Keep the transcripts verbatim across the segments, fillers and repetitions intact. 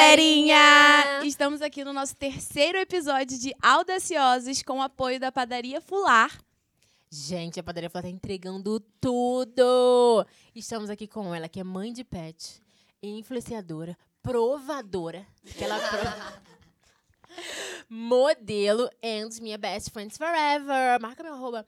galerinha! Estamos aqui no nosso terceiro episódio de Audaciosos com o apoio da Padaria Fular. Gente, a Padaria Fular tá entregando tudo! Estamos aqui com ela, que é mãe de pet, influenciadora, provadora, que ela pro... modelo and minha best friends forever. Marca meu arroba.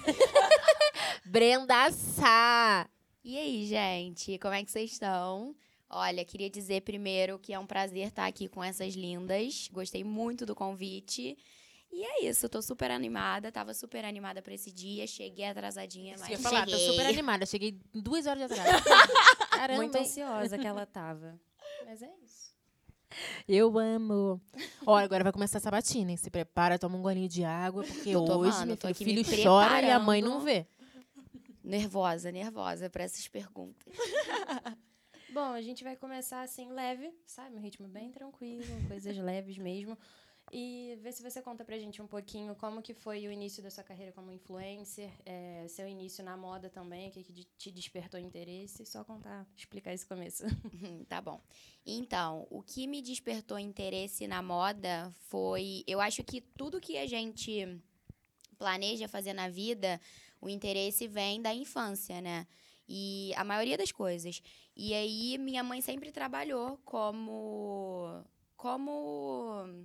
Brenda Sá. E aí, gente? Como é que vocês estão? Olha, queria dizer primeiro que é um prazer estar aqui com essas lindas. Gostei muito do convite. E é isso, tô super animada. Tava super animada pra esse dia. Cheguei atrasadinha, mas Eu ia falar, cheguei. tô super animada. Cheguei duas horas de atraso. Caramba, Muito hein? ansiosa que ela tava. Mas é isso. Eu amo. Olha, agora vai começar a sabatina, hein? Se prepara, toma um golinho de água, porque Tô hoje tomando, meu tô filho, aqui me filho chora e a mãe preparando. não vê. Nervosa, nervosa pra essas perguntas. Bom, a gente vai começar assim, leve, sabe? Um ritmo bem tranquilo, coisas leves mesmo. E ver se você conta pra gente um pouquinho como que foi o início da sua carreira como influencer, é, seu início na moda também, o que, que te despertou interesse. Só contar, explicar esse começo. Tá bom. Então, o que me despertou interesse na moda foi... Eu acho que tudo que a gente planeja fazer na vida, o interesse vem da infância, né? E a maioria das coisas. E aí, minha mãe sempre trabalhou como... Como...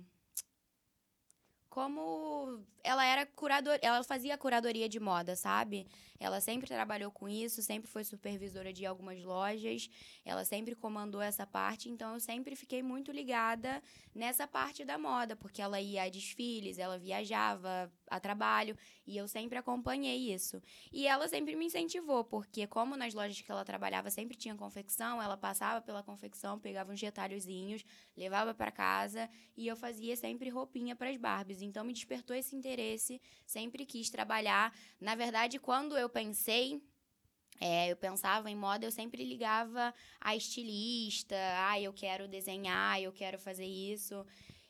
Como ela era curador, ela fazia curadoria de moda, sabe? Ela sempre trabalhou com isso, sempre foi supervisora de algumas lojas, ela sempre comandou essa parte, então eu sempre fiquei muito ligada nessa parte da moda, porque ela ia a desfiles, ela viajava a trabalho, e eu sempre acompanhei isso. E ela sempre me incentivou, porque como nas lojas que ela trabalhava sempre tinha confecção, ela passava pela confecção, pegava uns retalhozinhos, levava para casa, e eu fazia sempre roupinha para as Barbies. Então me despertou esse interesse, sempre quis trabalhar. Na verdade, quando eu pensei, é, eu pensava em moda, eu sempre ligava a estilista, ah, eu quero desenhar, eu quero fazer isso.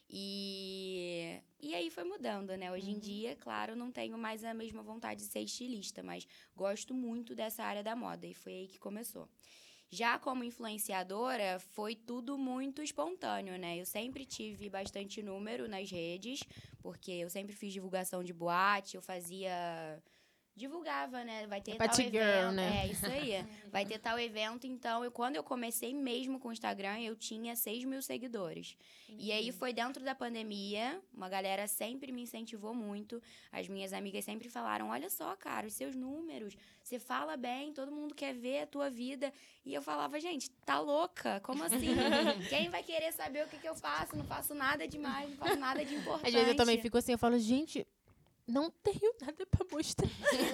E, e aí foi mudando, né? Hoje em dia, claro, não tenho mais a mesma vontade de ser estilista, mas gosto muito dessa área da moda e foi aí que começou. Já como influenciadora, foi tudo muito espontâneo, né? Eu sempre tive bastante número nas redes, porque eu sempre fiz divulgação de boate, eu fazia... Divulgava, né? Vai ter Party tal girl, evento. né? É, isso aí. Vai ter tal evento. Então, eu, quando eu comecei mesmo com o Instagram, eu tinha seis mil seguidores. Uhum. E aí, foi dentro da pandemia. Uma galera sempre me incentivou muito. As minhas amigas sempre falaram, olha só, cara, os seus números. Você fala bem, todo mundo quer ver a tua vida. E eu falava, gente, tá louca? Como assim? Quem vai querer saber o que, que eu faço? Não faço nada demais, não faço nada de importante. Às vezes eu também fico assim, eu falo, gente... Não tenho nada pra mostrar.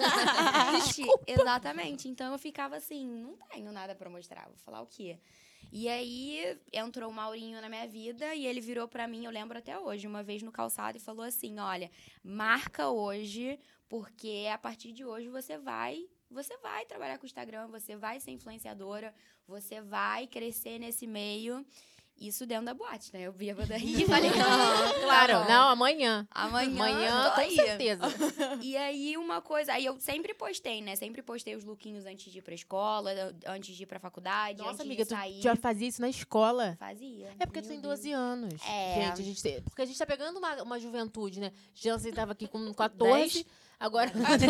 Desculpa. Exatamente. Então, eu ficava assim, não tenho nada pra mostrar. Vou falar o quê? E aí, entrou o Maurinho na minha vida e ele virou pra mim, eu lembro até hoje, uma vez no calçado e falou assim, olha, marca hoje, porque a partir de hoje você vai... Você vai trabalhar com o Instagram, você vai ser influenciadora, você vai crescer nesse meio... Isso dentro da boate, né? Eu vi a daí e falei, não, Claro, tá bom. não, amanhã. Amanhã, Amanhã, tô com aí. certeza. E aí, uma coisa... Aí eu sempre postei, né? Sempre postei os lookinhos antes de ir pra escola, antes de ir pra faculdade, Nossa, antes amiga, de tu sair. já fazia isso na escola? Fazia. É porque tu Meu tem Deus. doze anos. É. Gente, a gente tem, porque a gente tá pegando uma, uma juventude, né? Jansen tava aqui com quatorze, agora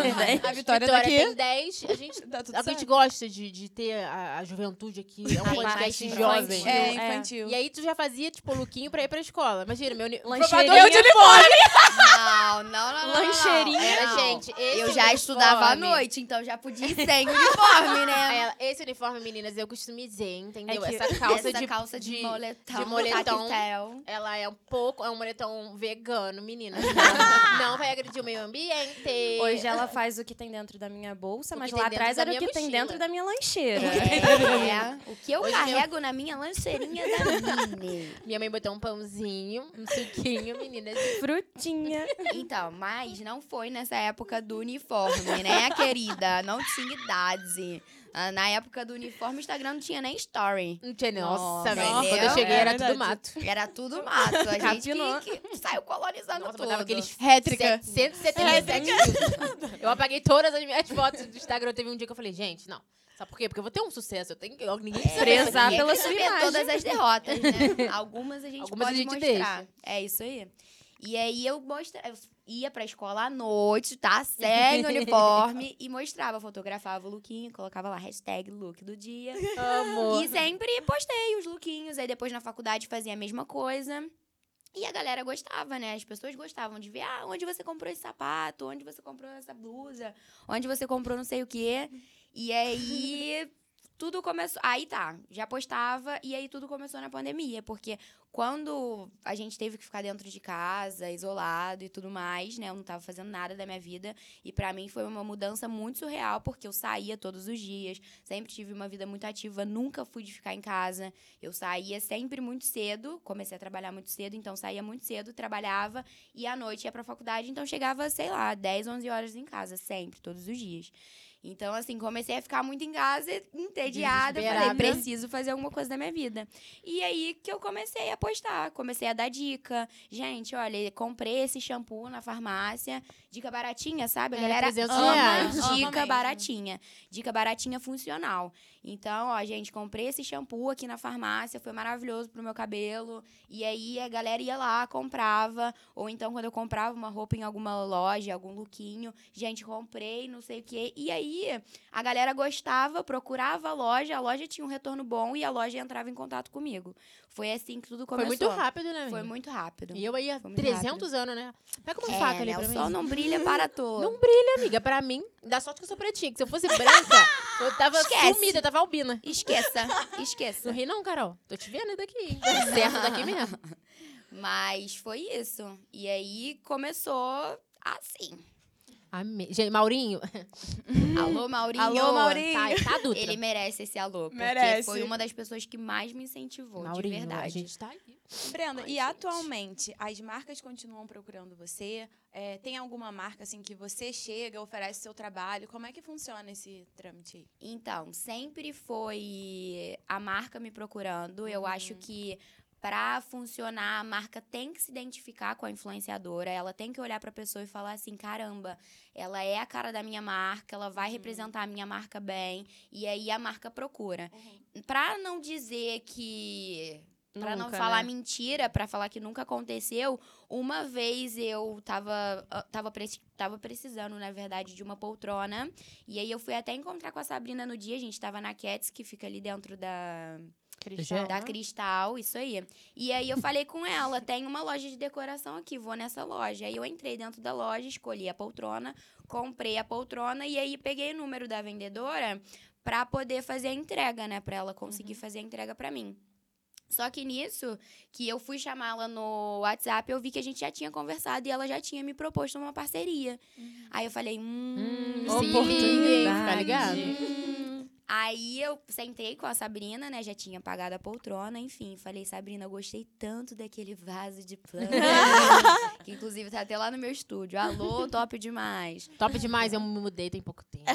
A Vitória tá aqui. tem dez. A gente, Tá tudo a gente certo. gosta de, de ter a, a juventude aqui. É um Ai, podcast infantil. jovem. É, infantil. E aí tu já fazia, tipo, lookinho pra ir pra escola. Imagina, meu... uni- Lancheirinha. provador de uniforme. Não, não, não, não, não. Lancheirinha. Era, Não. gente, esse Eu já estudava à uniforme- noite, então já podia ir sem uniforme, né? Ela- Esse uniforme, meninas, eu customizei, entendeu? É que Essa calça Essa de... calça de, de- moletom. de moletom. tactel. Ela é um pouco... É um moletom vegano, meninas. Não, não vai agredir o meio ambiente. Hoje ela faz o que tem dentro da minha bolsa, O mas que lá tem dentro atrás da era o minha que tem mochila. dentro da minha lancheira. É, o que eu Hoje carrego na minha lancheirinha da Mini. Minha mãe botou um pãozinho, um suquinho, meninas. Frutinha. Então, mas não foi nessa época do uniforme, né, querida? Não tinha idade. Ah, Na época do uniforme, o Instagram não tinha nem story. Não tinha, nossa, Nossa, velho. entendeu? Quando eu cheguei É era verdade. tudo mato. Era tudo mato. A gente Capinou. que, que saiu colonizando Nossa, tudo. botava aqueles Rétrica. cento e setenta e sete filtros. Eu apaguei todas as minhas fotos do Instagram. Teve um dia que eu falei, gente, não. Sabe por quê? Porque eu vou ter um sucesso. Eu tenho que... Ninguém É, precisa prezar ver. pela ninguém sua precisa ver imagem. todas as derrotas, né? Algumas a gente Algumas a pode gente mostrar. deixa. É isso aí. E aí eu, mostra... eu ia pra escola à noite, tá? Sem uniforme. E mostrava, fotografava o lookinho, colocava lá, hashtag look do dia. Amor. E sempre postei os lookinhos. Aí depois na faculdade fazia a mesma coisa. E a galera gostava, né? As pessoas gostavam de ver, ah, onde você comprou esse sapato? Onde você comprou essa blusa? Onde você comprou não sei o quê? E aí, tudo começou... Aí tá, já postava e aí tudo começou na pandemia. Porque quando a gente teve que ficar dentro de casa, isolado e tudo mais, né? Eu não tava fazendo nada da minha vida. E pra mim foi uma mudança muito surreal, porque eu saía todos os dias. Sempre tive uma vida muito ativa, nunca fui de ficar em casa. Eu saía sempre muito cedo, comecei a trabalhar muito cedo, então saía muito cedo, trabalhava e à noite ia pra faculdade, então chegava, sei lá, dez, onze horas em casa, sempre, todos os dias. Então, assim, comecei a ficar muito em casa, entediada, falei, Desesperada. preciso fazer alguma coisa da minha vida. E aí que eu comecei a postar, comecei a dar dica. Gente, olha, comprei esse shampoo na farmácia, dica baratinha, sabe? A É, galera trezentos ama reais. Ama dica mesmo. baratinha. Dica baratinha funcional. Então, ó, gente, comprei esse shampoo aqui na farmácia, foi maravilhoso pro meu cabelo. E aí a galera ia lá, comprava. Ou então, quando eu comprava uma roupa em alguma loja, algum lookinho, gente, comprei, não sei o quê. E aí a galera gostava, procurava a loja, a loja tinha um retorno bom e a loja entrava em contato comigo. Foi assim que tudo Foi começou. muito rápido, né, Foi amiga? muito rápido. E eu aí há Foi muito trezentos anos, né? Pega uma É, faca ali né? pra O mim. sol não brilha para todos. Não brilha, amiga. Pra mim, dá sorte que eu sou pretinha. Que se eu fosse branca, eu tava Esquece. sumida, eu tava albina. Esqueça, Não esqueça. ri não, Carol. Tô te vendo daqui. hein? Certo daqui mesmo. Mas foi isso. E aí começou assim. Amei. Gente, Maurinho. Alô, Maurinho. Alô, Maurinho. Tá, tá Dutra. Ele merece esse alô, porque Merece. foi uma das pessoas que mais me incentivou, Maurinho, de verdade. a gente tá aí. Brenda, Ai, e gente. atualmente as marcas continuam procurando você? É, tem alguma marca assim que você chega, oferece seu trabalho? Como é que funciona esse trâmite aí? Então, sempre foi a marca me procurando. Eu Uhum. acho que para funcionar, a marca tem que se identificar com a influenciadora. Ela tem que olhar para a pessoa e falar assim, caramba, ela é a cara da minha marca, ela vai representar a minha marca bem. E aí a marca procura. Para não dizer que... Pra não Nunca, falar né? mentira, pra falar que nunca aconteceu, uma vez eu tava, ah, tava, preci- tava precisando, na verdade, de uma poltrona. E aí eu fui até encontrar com a Sabrina no dia. A gente tava na Cats, que fica ali dentro da, Cristal. da Cristal, isso aí. E aí eu falei com ela, tem uma loja de decoração aqui, vou nessa loja. Aí eu entrei dentro da loja, escolhi a poltrona, comprei a poltrona e aí peguei o número da vendedora pra poder fazer a entrega, né? Pra ela conseguir fazer a entrega pra mim. Só que nisso, que eu fui chamá-la no WhatsApp, eu vi que a gente já tinha conversado e ela já tinha me proposto uma parceria. Aí eu falei, hum, Hum, se oportunidade. Fica liga. ligado? Hum. Aí eu sentei com a Sabrina, né? Já tinha pagado a poltrona, enfim. Falei, Sabrina, eu gostei tanto daquele vaso de planta. Que inclusive tá até lá no meu estúdio. Alô, top demais. Top demais, eu me mudei tem pouco tempo.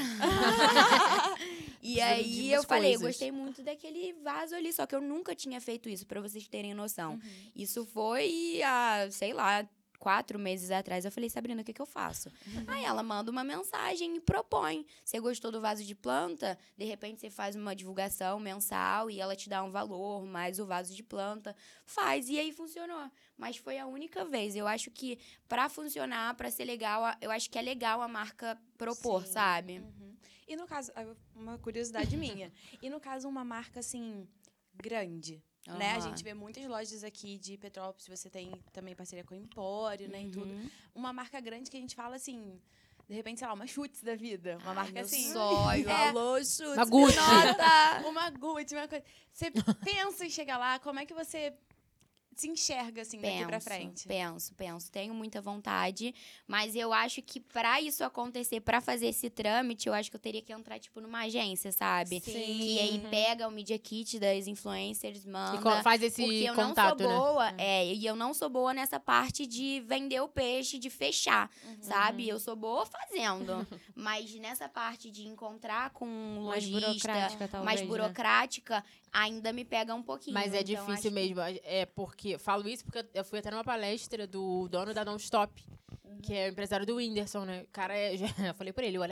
E Preciso de aí umas eu falei, eu coisas. gostei muito daquele vaso ali, só que eu nunca tinha feito isso, pra vocês terem noção. Isso foi há, sei lá, quatro meses atrás. Eu falei, Sabrina, o que, que eu faço? Aí ela manda uma mensagem e propõe. Você gostou do vaso de planta? De repente você faz uma divulgação mensal e ela te dá um valor, mais o vaso de planta. Faz. E aí funcionou. Mas foi a única vez. Eu acho que pra funcionar, pra ser legal, eu acho que é legal a marca propor, Sim. sabe? Uhum. E no caso, ah, uma curiosidade minha. E no caso, uma marca assim, grande. Né? A Aham. gente vê muitas lojas aqui de Petrópolis, você tem também parceria com o Empório, né? E tudo. Uhum. Uma marca grande que a gente fala assim, de repente, sei lá, uma Chutes da vida. Uma Ai, marca meu assim. sonho. É. Alô, chute. Uma Gucci. Nota. Uma Gucci, uma coisa. Você pensa em chegar lá, como é que você se enxerga assim daqui pra frente? Penso, penso. Tenho muita vontade, mas eu acho que pra isso acontecer, pra fazer esse trâmite, eu acho que eu teria que entrar, tipo, numa agência, sabe? Sim. Que aí pega o Media Kit das influencers, E manda. co- faz esse Porque eu contato, não né? sou boa, é, e eu não sou boa nessa parte de vender o peixe, de fechar, sabe? Eu sou boa fazendo, mas nessa parte de encontrar com um Mais lojista, burocrática, talvez, mais né? burocrática, ainda me pega um pouquinho. Mas é Então, acho difícil que- mesmo. É porque eu falo isso porque eu fui até numa palestra do dono da Non Stop, que é o empresário do Whindersson, né? O cara é. Já, eu falei pra ele, olha pra mim.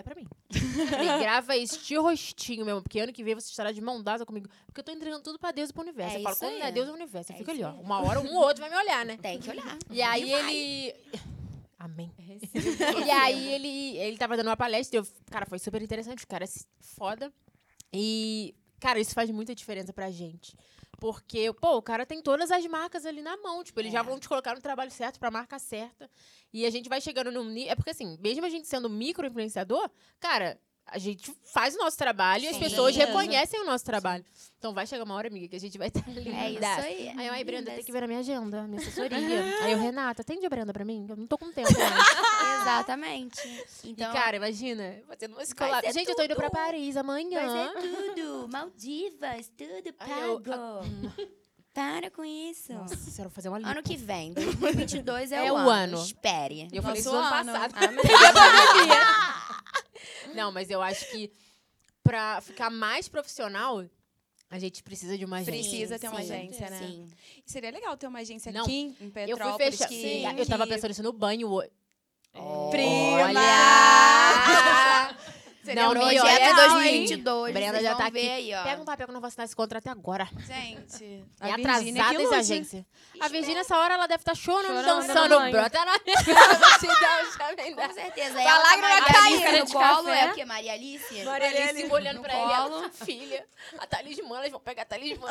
Me grava este rostinho mesmo, porque ano que vem você estará de mão dada comigo. Porque eu tô entregando tudo pra Deus e pro universo. É eu falo, isso quando aí. não é Deus, é o universo. Eu É fico isso ali, ó. aí. Uma hora, um ou outro vai me olhar, né? Tem que olhar. E aí vai. ele... Amém. E aí ele, ele tava dando uma palestra, eu, cara, foi super interessante, o cara é foda. E, cara, isso faz muita diferença pra gente. Porque, pô, o cara tem todas as marcas ali na mão, tipo, eles É. já vão te colocar no trabalho certo, pra marca certa. E a gente vai chegando num nível... É porque, assim, mesmo a gente sendo micro-influenciador, cara... A gente faz o nosso trabalho e as Sim. pessoas Beleza. reconhecem o nosso trabalho. Então vai chegar uma hora, amiga, que a gente vai estar linda. É isso aí. Aí eu, ai, Brenda, tem Lindas. que ver a minha agenda, minha assessoria. Aí eu, Renata, atende a Brenda pra mim? Eu não tô com tempo mais. Exatamente. Então, E, cara, imagina, fazendo uma escola. ser Gente, eu tô indo pra tudo. Paris amanhã. vai ser tudo. Maldivas, tudo Aí eu- pago. Para com isso. Nossa, se eu não fazer uma lipo. Ano que vem, dois mil e vinte e dois é, É o o ano. ano. Espere. E eu falei isso Nosso ano ano. passado. Amém. Teve a pandemia. Não, mas eu acho que pra ficar mais profissional, a gente precisa de uma agência. Precisa ter uma sim, agência, né? Sim. E seria legal ter uma agência Não, aqui em Eu Petrópolis. fui fechar. que, Sim, que... eu tava pensando isso no banho hoje. Prima! Olha! Seria Não, um me Projeto olha, legal, dois mil e hein? vinte e dois. Brenda vocês já vão tá ver aqui. aí, ó. Pega um papel que eu não vou assinar esse contrato agora. Gente, É a Virgínia atrasada que essa lute. agência. A Virgínia, essa hora, ela deve estar chorando, Chorando dançando. no banho. Brota na minha cara, vou te dar um chave Com certeza. Tua Ela lágrima Maria caiu. Alice Xícara no de colo. café. É o quê? Maria Alice? Maria Alice olhando no pra ele, ela, colo. filha, a talismã, elas vão pegar a talismã.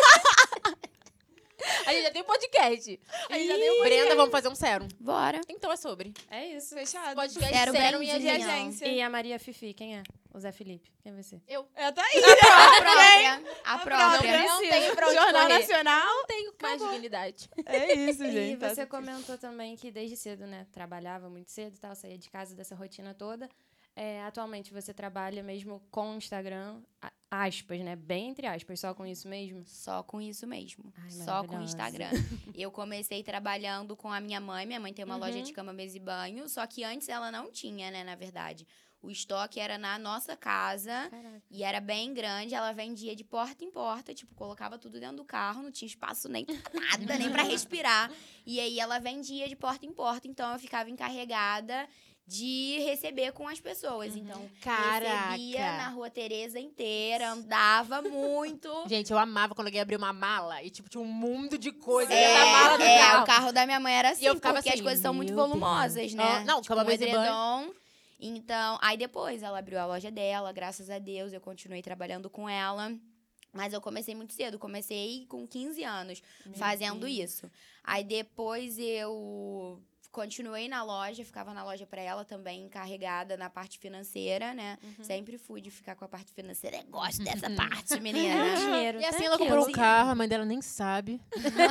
A gente já tem um podcast. A gente já tem um... Brenda, vamos fazer um sérum. Bora. então é sobre. É isso. Fechado. Podcast Sérum sérum e Brandinha. de agência. agência. E a Maria Fifi, quem é? O Zé Felipe. Quem vai ser? Eu É, tá aí. A própria. A não, própria. não tenho pra onde Jornal correr. Nacional. Não tenho mais dignidade. É isso, E gente. você comentou também que desde cedo, né, trabalhava muito cedo e tal, saía de casa dessa rotina toda. É, atualmente você trabalha mesmo com o Instagram, a- aspas, né? Bem entre aspas, só com isso mesmo? Só com isso mesmo. Ai, Só com o maravilhosa. Instagram. Eu comecei trabalhando com a minha mãe. Minha mãe tem uma Uhum. loja de cama, mesa e banho. Só que antes ela não tinha, né, na verdade. O estoque era na nossa casa. Caraca. E era bem grande. Ela vendia de porta em porta. Tipo, colocava tudo dentro do carro. Não tinha espaço nem pra nada, nem pra respirar. E aí ela vendia de porta em porta. Então eu ficava encarregada de receber com as pessoas. Então, Caraca. recebia na Rua Tereza inteira, andava muito. Gente, eu amava quando alguém abria uma mala e, tipo, tinha um mundo de coisa É, dentro da mala do é, carro. o carro da minha mãe era assim, eu ficava porque assim, as coisas são muito meu volumosas, Deus. né? Ah, não, tipo, cama, um mesa e banho. edredom. Então, aí depois ela abriu a loja dela, graças a Deus, eu continuei trabalhando com ela. Mas eu comecei muito cedo, comecei com quinze anos fazendo Deus. isso. Aí depois eu continuei na loja, ficava na loja pra ela também, encarregada na parte financeira, né? Uhum. Sempre fui de ficar com a parte financeira. Eu gosto dessa parte, menina. Dinheiro. E assim tá ela aqui, comprou ó. um carro, a mãe dela nem sabe.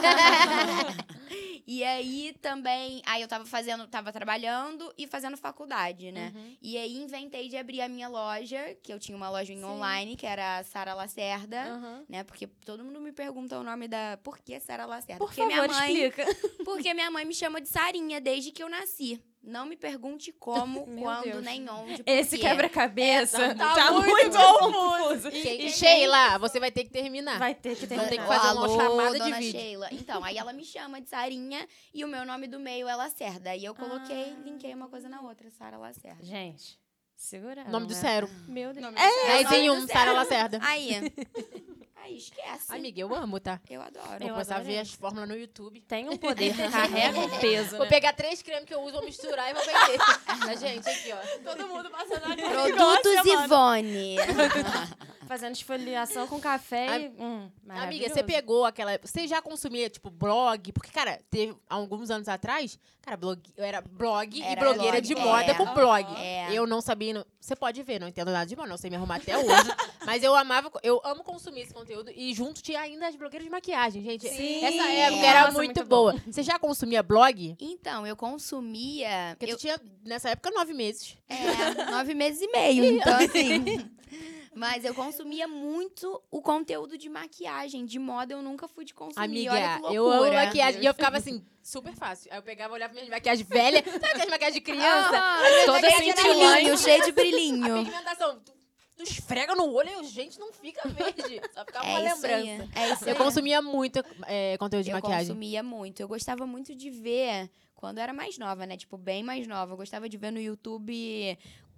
E aí também, aí eu tava fazendo, tava trabalhando e fazendo faculdade, né? Uhum. E aí inventei de abrir a minha loja, que eu tinha uma loja em Sim. online, que era a Sara Lacerda, Uhum. né? Porque todo mundo me pergunta o nome da... Por que Sara Lacerda? Por Porque favor, minha mãe, explica. porque minha mãe me chama de Sarinha desde que eu nasci. Não me pergunte como, Meu quando, Deus. nem onde, por Esse quê. quebra-cabeça Tá tá, muito muito confuso. E, Sheila, você vai ter que terminar. Vai ter que Vamos ter terminar. que fazer uma Alô, chamada de dona vídeo. Sheila. Então, aí ela me chama de Sarinha e o meu nome do meio é Lacerda. Aí eu coloquei, Ah. linkei uma coisa na outra, Sara Lacerda. Gente, segura. Nome do né? sérum. Meu Deus. Nome É, do dez em nome um, do Sara sérum. Lacerda. Aí. Aí, esquece. Amiga, eu amo, tá? Eu adoro. Vou Eu começar a ver adorei. as fórmulas no YouTube. Tem um poder, carrega um peso, Vou né? pegar três cremes que eu uso, vou misturar e vou vender. Mas, gente, aqui, ó. Todo mundo passando aqui. Produtos Ivone. Fazendo esfoliação com café e... Hum, Amiga, você pegou aquela... Você já consumia, tipo, blog? Porque, cara, teve há alguns anos atrás... Cara, blog, eu era blog Era e blogueira blog, de é. moda com blog. É. Eu não sabia... não- Você pode ver, não entendo nada de moda, não sei me arrumar até hoje. Mas eu amava... Eu amo consumir esse conteúdo. E junto tinha ainda as blogueiras de maquiagem, gente. Sim. Essa época É. era Nossa, muito, muito boa. Você já consumia blog? Então, eu consumia... Porque eu, tu tinha, nessa época, nove meses. É, nove meses e meio. Então, assim... Mas eu consumia muito o conteúdo de maquiagem. De moda, eu nunca fui de consumir. Amiga, Olha que loucura. eu amo maquiagem. E eu ficava assim, super fácil. Aí eu pegava, olhava pra minha maquiagem velha. Sabe aquelas maquiagem de criança? Ah, toda cheio de cintilante. brilhinho, cheio de A brilhinho. pigmentação, tu, tu esfrega no olho e a gente não fica verde. Só ficava uma É isso aí. lembrança. É isso Eu aí. consumia muito é, conteúdo de Eu maquiagem. consumia muito. Eu gostava muito de ver quando eu era mais nova, né? Tipo, bem mais nova. Eu gostava de ver no YouTube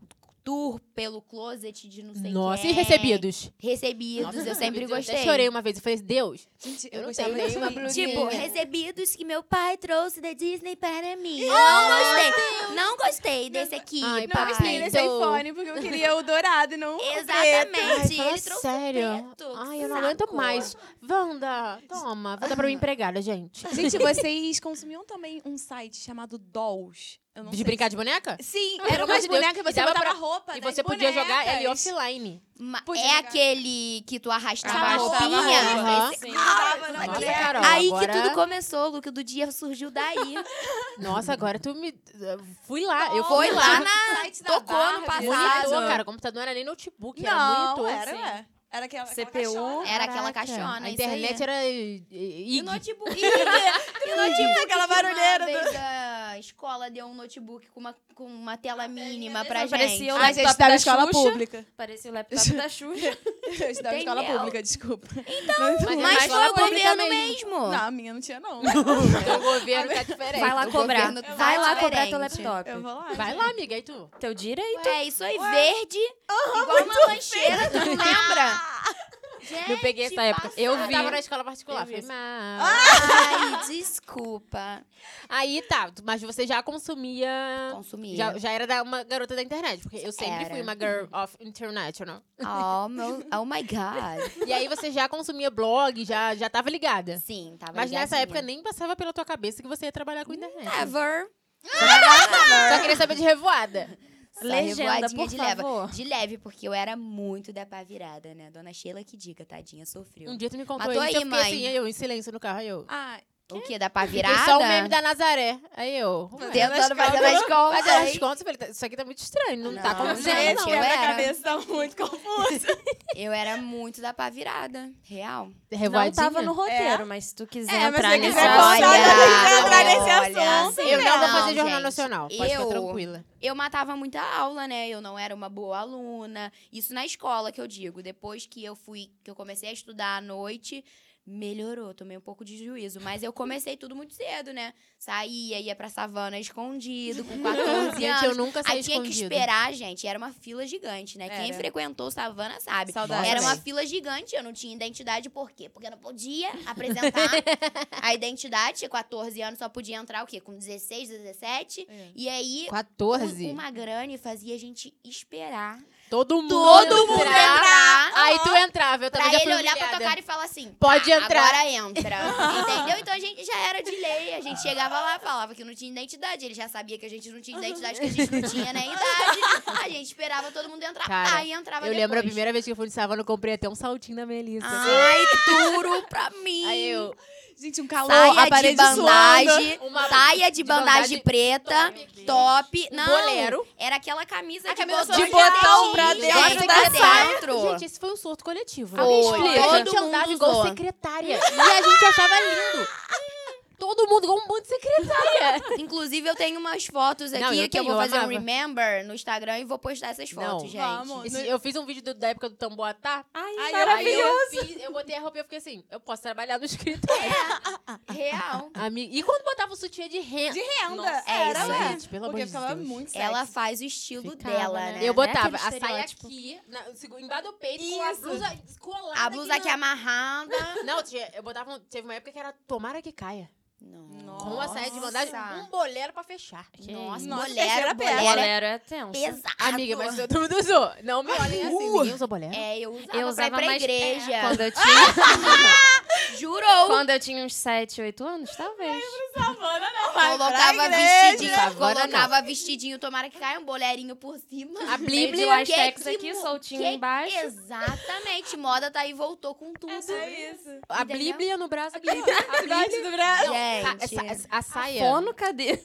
tour pelo closet de não sei Nossa, quem. e recebidos? Recebidos, eu sempre Eu gostei. até chorei uma vez. Eu falei, Deus, Gente, Eu eu, não gostava tenho nenhuma de... blusinha. Tipo, recebidos que meu pai trouxe da Disney para mim. Eu não gostei. Não gostei desse aqui, Ai, Não pai. gostei desse Então- iPhone, porque eu queria o dourado e não o preto. Exatamente. fala Ele trouxe sério. o preto. Ai, eu não saco. aguento mais. Wanda, toma. Vou dar pra minha empregada, gente. Gente, vocês consumiam também um site chamado Dolls. Eu não De sei brincar se- de boneca? Sim, Pelo era amor umas de Deus. bonecas que E você dava botava pra- roupa E das você podia jogar ele bonecas. offline. Ma- Podia é jogar. aquele que tu arrastava a Arrastava a roupinha. roupa. Esse- Sim. Tava na Nossa, boneca. Carol, Aí agora... que tudo começou, o look do dia surgiu daí. Nossa, agora tu me... Fui lá. Eu Foi fui lá na... Site da Tocou no Barbie. passado. Monitor, cara. O computador não era nem notebook, era Não, monitor. era, sim. ué. Era aquela, C aquela P U. caixona. Era aquela Caraca, caixona, A isso internet aí. era... E E o notebook. E o notebook. Aquela que barulheira Uma do- vez a escola deu um notebook com uma, com uma tela mínima pra gente. Parecia o A gente laptop estava da em escola Xuxa. pública. Parecia o laptop da Xuxa. Eu estudava em escola Entendeu? pública, desculpa. Mas, Mas na foi escola o pública governo mesmo. mesmo. Não, a minha não tinha, não. O governo tá diferente. Vai lá O cobrar. governo tá Vai lá cobrar teu diferente. laptop. Eu vou lá. Vai lá, amiga. E tu? Teu direito. É, isso aí, verde, igual uma lancheira, tu não lembra? Gente, Não peguei essa época. passada. Eu tava na escola particular. Eu vi Falei, isso. mas... Ai, desculpa. Aí tá, mas você já consumia... Consumia. Já, já era da- uma garota da internet, porque eu sempre Era. fui uma girl of international. Oh, meu, oh my God. E aí você já consumia blog, já, já tava ligada. Sim, tava Mas nessa ligadinha. época nem passava pela tua cabeça que você ia trabalhar com internet. Never. Só queria saber de revoada. Só Legenda, revoadinha por de leve. favor. De leve, porque eu era muito da pá virada, né? Dona Sheila que diga, tadinha, sofreu. Um dia tu me contou Matou isso, aí, eu fiquei mãe. assim, aí eu em silêncio no carro, aí eu... Ah, O quê? Da pá Fiquei virada? só o meme da Nazaré. Aí eu... ué, Tentando fazer nas contas. Fazendo as contas, eu falei, tá- isso aqui tá muito estranho, não, tá Não, acontecendo gente, não. eu era. quebra-cabeça tá muito confusa. Eu era muito da pá virada. Real. Não Revoadinha? tava no roteiro, É. mas se tu quiser É, mas entrar se nesse quiser Olha, contar, assunto- eu quiser entrar nesse olha. assunto. Eu não vou fazer Não, Jornal gente, Nacional, pode ficar eu- tranquila. Eu matava muita aula, né? Eu não era uma boa aluna. Isso na escola que eu digo. Depois que eu fui, que eu comecei a estudar à noite, melhorou. Tomei um pouco de juízo. Mas eu comecei tudo muito cedo, né? Saía, ia pra savana escondido, com quatorze Gente, anos. eu nunca saí Aí tinha que escondido. esperar, gente. Era uma fila gigante, né? Quem Era. frequentou savana sabe. Saudade. Era uma também. fila gigante. Eu não tinha identidade, por quê? Porque eu não podia apresentar a identidade. Tinha quatorze anos, só podia entrar o quê? Com dezesseis, dezessete. É. E aí, quatorze? o- uma grana fazia a gente esperar Todo mundo todo mundo entrar. entrar. Aí tu entrava, eu também Pra já fui ele olhar pra humilhada. tua cara e falar assim, Pode "Tá, entrar." agora entra. Entendeu? Então a gente já era de lei. A gente chegava lá, falava que não tinha identidade. Ele já sabia que a gente não tinha identidade, que a gente não tinha nem idade. A gente esperava todo mundo entrar. Cara, Tá, e entrava Eu depois. lembro a primeira vez que eu fui de savana, eu comprei até um saltinho da Melissa. Ai, duro pra mim. Aí eu... Gente, um calor, Saia a de parede bandagem, suando. Uma- saia de de bandagem bandagem preta, top. top. Um Não, bolero. era aquela camisa A de camisa botão de botão pra gente, dentro gente, da pra saia. dentro. Gente, esse foi um surto coletivo. Foi. Me explica. Todo A gente mundo andava igual usou. secretária. E a gente achava lindo. Todo mundo igual um monte de secretária. Inclusive, eu tenho umas fotos aqui Não, eu que eu tenho, vou eu fazer um amava. remember no Instagram e vou postar essas Não, fotos, gente. vamos. Esse- eu fiz um vídeo do- da época do Tamboatá. Ai, Ai, Aí eu, maravilhoso. fiz, eu botei a roupa e eu fiquei assim, eu posso trabalhar no escritório. Real. Ami- E quando botava o sutiã de renda? De renda. Nossa, era, isso aí. ué. Gente, pelo Porque amor de ficava Deus. muito sexy. Ela faz o estilo Ficava, dela, né? né? Eu É botava aquele a saia estereótipo. aqui, na, segu- embaixo do peito, com a Isso. blusa colada. A blusa aqui na- amarrada. Não, tinha- eu botava. um- Teve uma época que era tomara que caia. Nossa. Com a saia de bandagem, um bolero pra fechar. Que Nossa, isso. Nossa, bolero, terceira peça. bolero é Bolero é tenso. pesado. Amiga, mas todo mundo usou. Não me olhem assim, ninguém usou bolero. É, eu usava, Eu pra ir usava pra mais igreja. é, quando eu tinha, Jurou. quando eu tinha uns sete, oito anos, talvez. Savana não vai Colocava pra igreja. vestidinho, Savana, colocava vestidinho, tomara que caia um bolerinho por cima. A Meio de Bíblia. lastex Que aqui, mo- soltinho que- embaixo. Exatamente. Moda tá aí, voltou com tudo. É isso. A Entendeu? Bíblia no braço. A Debaixo do braço. Gente. Essa- a, a saia. Fono, cadê?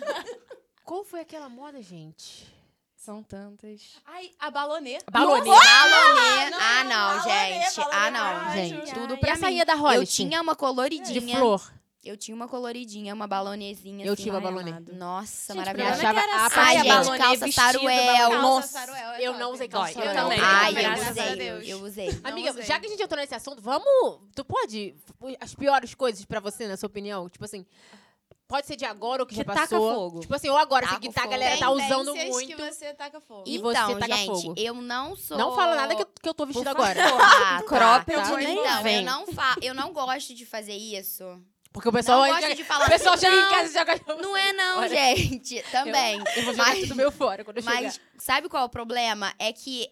Qual foi aquela moda, gente? São tantas. Ai, a balonê. Balonê. Balonê. Ah, não, balonê, gente. balonê Ah, não. baixo. Gente, Tudo E pra a mim. saia da Eu Holly? tinha uma De coloridinha. flor. Eu tinha uma coloridinha, uma balonezinha. Eu assim. tive a Ai, balonê. amado. Nossa, Gente, maravilhosa. eu achava era a Ai, saia, paixão. gente, balonê, calça vestido, saruel. balonê. Calça Nossa, saruel é eu top. não usei calça Dói, eu saruel. também. Ai, eu Graças a usei. Deus. Eu usei. Amiga, usei. já que a gente entrou nesse assunto, vamos... Tu pode... As piores coisas pra você, na sua opinião? Tipo assim... Pode ser de agora ou que, Que já taca passou. fogo. Tipo assim, ou agora, Taca assim, que o tá, a fogo. galera tá usando Tendências muito. que você taca fogo. E Então, você taca gente, fogo. eu não sou... Não fala nada que eu, que eu tô vestindo agora. Ah, Cropped, tá. nem Então, vem. eu não, fa eu não gosto de fazer isso. Porque o pessoal... Não já- gosto de falar... O pessoal chega em Não, casa e joga... Não é não, Olha, gente. Também. Eu vou jogar Mas- tudo meu fora quando eu chegar. Mas sabe qual é o problema? É que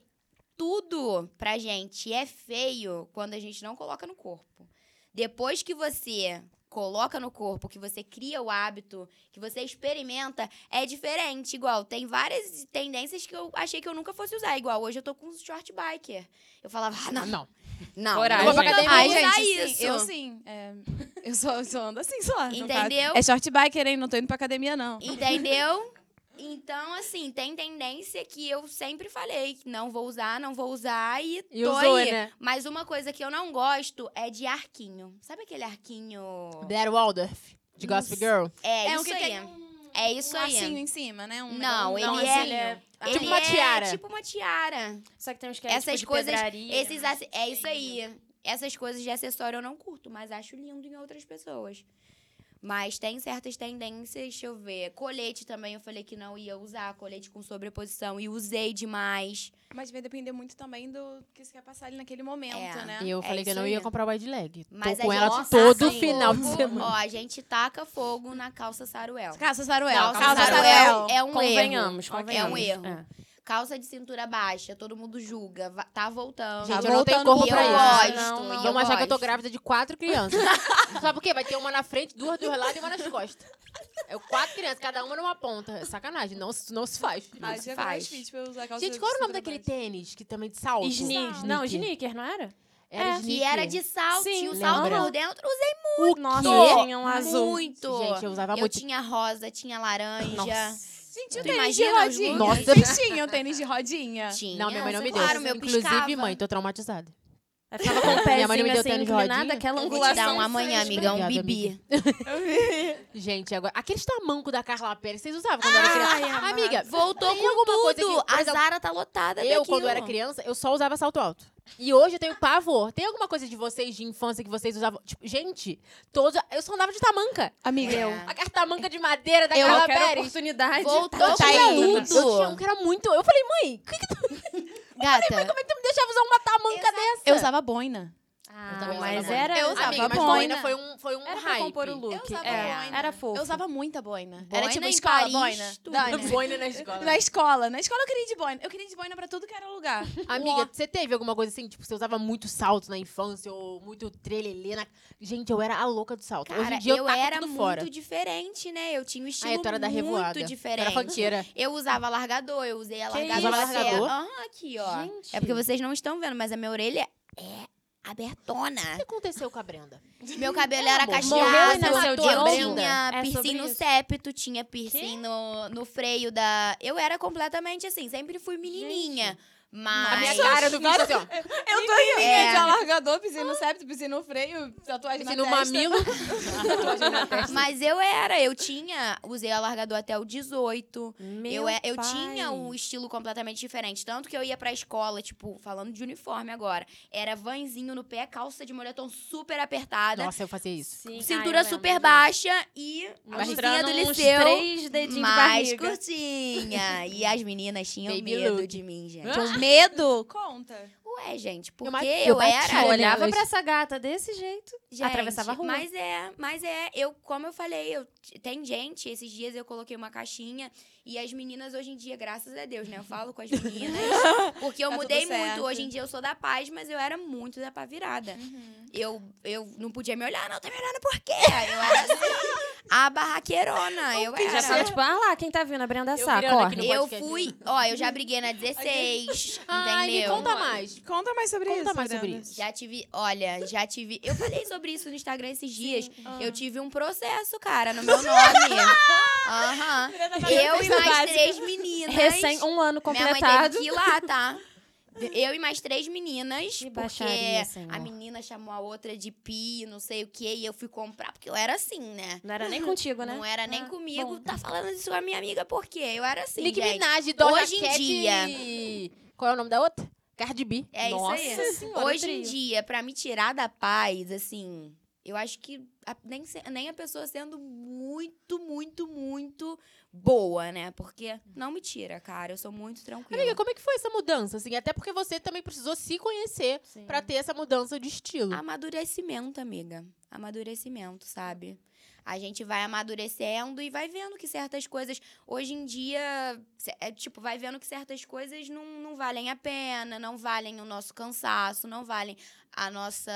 tudo pra gente é feio quando a gente não coloca no corpo. Depois que você coloca no corpo, que você cria o hábito, que você experimenta, é diferente. Igual, tem várias tendências que eu achei que eu nunca fosse usar. Igual, hoje eu tô com um short biker. Eu falava, ah, não, Ah, não. não, Coragem. eu Vou pra academia. Ai, Ai, usar gente, isso. sim, eu sim. É, eu só, só ando assim só. no caso. Entendeu? É short biker, hein? Não tô indo pra academia, não. Entendeu? Então, assim, tem tendência que eu sempre falei que não vou usar, não vou usar e, E tô usou, aí. né? Mas uma coisa que eu não gosto é de arquinho. Sabe aquele arquinho? Blair Waldorf, de Gossip Girl. É, É um isso que aí. tem um, É isso um aí. lacinho em cima, né? Um Não, negócio- ele um é- lacinho. Ele Tipo uma é tiara. tipo uma tiara. Só que tem uns que é Essas tipo de coisas, pedraria. esses ac- é isso aí. Essas coisas de acessório eu não curto, mas acho lindo em outras pessoas. Mas tem certas tendências, deixa eu ver. Colete também, eu falei que não ia usar, colete com sobreposição, e usei demais. Mas vai depender muito também do que você quer passar ali naquele momento, É. né? E eu É falei que eu isso não aí. ia comprar wide leg. Mas Tô com a ela gente todo taca final de fogo- semana. Ó, a gente taca fogo na calça saruel. Calça Saruel. Calça, calça saruel, Saruel. é um Convenhamos, erro. convenhamos. É um erro. É. Calça de cintura baixa, todo mundo julga. va- Tá voltando. Gente, Tá eu não tenho voltando corpo E pro eu pra programa. isso. gosto, Não, e não. eu Vamos achar que eu tô gosto. grávida de quatro crianças. Sabe por quê? Vai ter uma na frente, duas do lado e uma nas costas. É quatro crianças, cada uma numa ponta. É sacanagem, não, se- não se faz. Ah, se já faz. crossfit pra eu usar calça Gente, qual era o nome de cintura daquele baixa. tênis que também de salto? Sneak. Não, sneaker, não era? Era É. sneaker. Que era de salto, Sim, tinha o salto lembra? por dentro. Usei O Nossa, quê? tinha um azul. muito. Gente, eu usava Eu muito. tinha rosa, tinha laranja. Nossa. Gente, o Tu tênis de imagina os rodinha. Nossa. Vocês tinham tênis de rodinha? Tinha. Não, minha mãe não me deu. Claro, meu Inclusive, piscava. mãe, tô traumatizada. Aí ficava com o Minha mãe não me pezinho deu assim, tênis de inclinado, rodinha. aquela Eu vou te dar angulação. um amanhã, amiga, um Obrigada, bibi. Gente, agora... Aqueles tamancos da Carla Pérez, vocês usavam quando eu era criança? Ai, Amiga, Voltou tem com alguma coisa tudo. que, por A exemplo, Zara tá lotada eu, daquilo. quando eu era criança, eu só usava salto alto. E hoje eu tenho pavor. Tem alguma coisa de vocês, de infância, que vocês usavam? Tipo, gente, todos... Eu só andava de tamanca. Amiga, eu. É. A tamanca de madeira da Eu Carla quero Pérez. oportunidade. Voltou Eu com tinha um, tudo. eu tinha um que era muito... Eu falei, mãe, que que tu... Gata, como é que tu me deixava usar uma tamanca Exato. dessa? Eu usava boina. Ah, Eu também mas usava era... Eu usava Amiga, mas boina. boina foi um, foi um Era pra hype. compor o look. Eu usava é, boina. Era fofo. Eu usava muita boina. Boina Era tipo em escola, Paris, boina. tudo. Dani. Boina na escola. Na escola. Na escola eu queria ir de boina. Eu queria ir de boina pra tudo que era lugar. Amiga, você teve alguma coisa assim? Tipo, você usava muito salto na infância ou muito trelelê na... Gente, eu era a louca do salto. Hoje cara, em dia eu, eu taco era tudo muito fora. diferente, né? Eu tinha um estilo Ah, tu era da revoada. muito diferente. Era funkeira. Eu usava largador, eu usei a Que largador. isso? Usava até- largador? Aham, aqui, ó. Gente. É porque vocês não estão vendo, mas a minha orelha é abertona. O que aconteceu com a Brenda? Meu cabelo É, era amor. cacheado. Morreu e nasceu de eu novo? tinha É piercing sobre no isso? septo, tinha piercing no, no freio da... Eu era completamente assim, sempre fui menininha. A minha Mas... cara do vídeo assim, ó. Eu tô rindo. É. De alargador, pisei no septo, pisei no freio, tatuagem Assim, na no testa. mamilo. Tatuagem na testa. Mas eu era, eu tinha, usei alargador até o dezoito. Meu Eu, é- eu pai. tinha um estilo completamente diferente. Tanto que eu ia pra escola, tipo, falando de uniforme agora. Era vanzinho no pé, calça de moletom super apertada. Nossa, eu fazia isso. Sim. Cintura Ah, eu super lembro baixa e a blusinha Mostrando do uns liceu três dedinhos mais de barriga. curtinha. E as meninas tinham Baby medo look. de mim, gente. Tinha medo? Conta. Ué, gente, porque ma- eu, eu batia era... Eu olhava nelas. pra essa gata desse jeito, Gente, atravessava a rua. Mas é, mas é, eu, como eu falei, eu, tem gente, esses dias eu coloquei uma caixinha e as meninas hoje em dia, graças a Deus, né? Eu falo com as meninas, porque eu Tá mudei tudo certo. muito. Hoje em dia eu sou da paz, mas eu era muito da pá virada. Eu, eu não podia me olhar, não, tá me olhando por quê? Eu era assim, a barraqueirona, eu Já era. tava tipo, ah lá, quem tá vindo? A Brenda Eu Sá, virando aqui corre. no Eu podcast. fui, ó, eu já briguei na dezesseis, Ai, me entendeu? conta mais. Conta mais sobre Conta isso. mais sobre Brenda. isso. Já tive, olha, já tive. Eu falei sobre isso no Instagram esses dias. Eu tive um processo, cara, no meu nome. Aham. Eu e mais três meninas. Recém, um ano Minha mãe completado. teve que ir lá, tá? Eu e mais três meninas. Que porque baixaria, Senhor. a menina chamou a outra de pi, não sei o quê, e eu fui comprar, porque eu era assim, né? Não era nem contigo, né? Não era nem Ah, comigo. bom. Tá falando isso com a minha amiga, por quê? Eu era assim, Nicki gente. Minaj, Doja Hoje em Cat dia- e... Qual é o nome da outra? Cardi B. É Nossa isso aí. Senhora, Hoje trio. em dia, pra me tirar da paz, assim, Eu acho que a- nem, se- nem a pessoa sendo muito, muito, muito boa, né? Porque não me tira, cara. Eu sou muito tranquila. Amiga, como é que foi essa mudança? Assim, até porque você também precisou se conhecer Sim. pra ter essa mudança de estilo. Amadurecimento, amiga. Amadurecimento, sabe? A gente vai amadurecendo e vai vendo que certas coisas, hoje em dia, cê- é, tipo, vai vendo que certas coisas não, não valem a pena, não valem o nosso cansaço, não valem a nossa,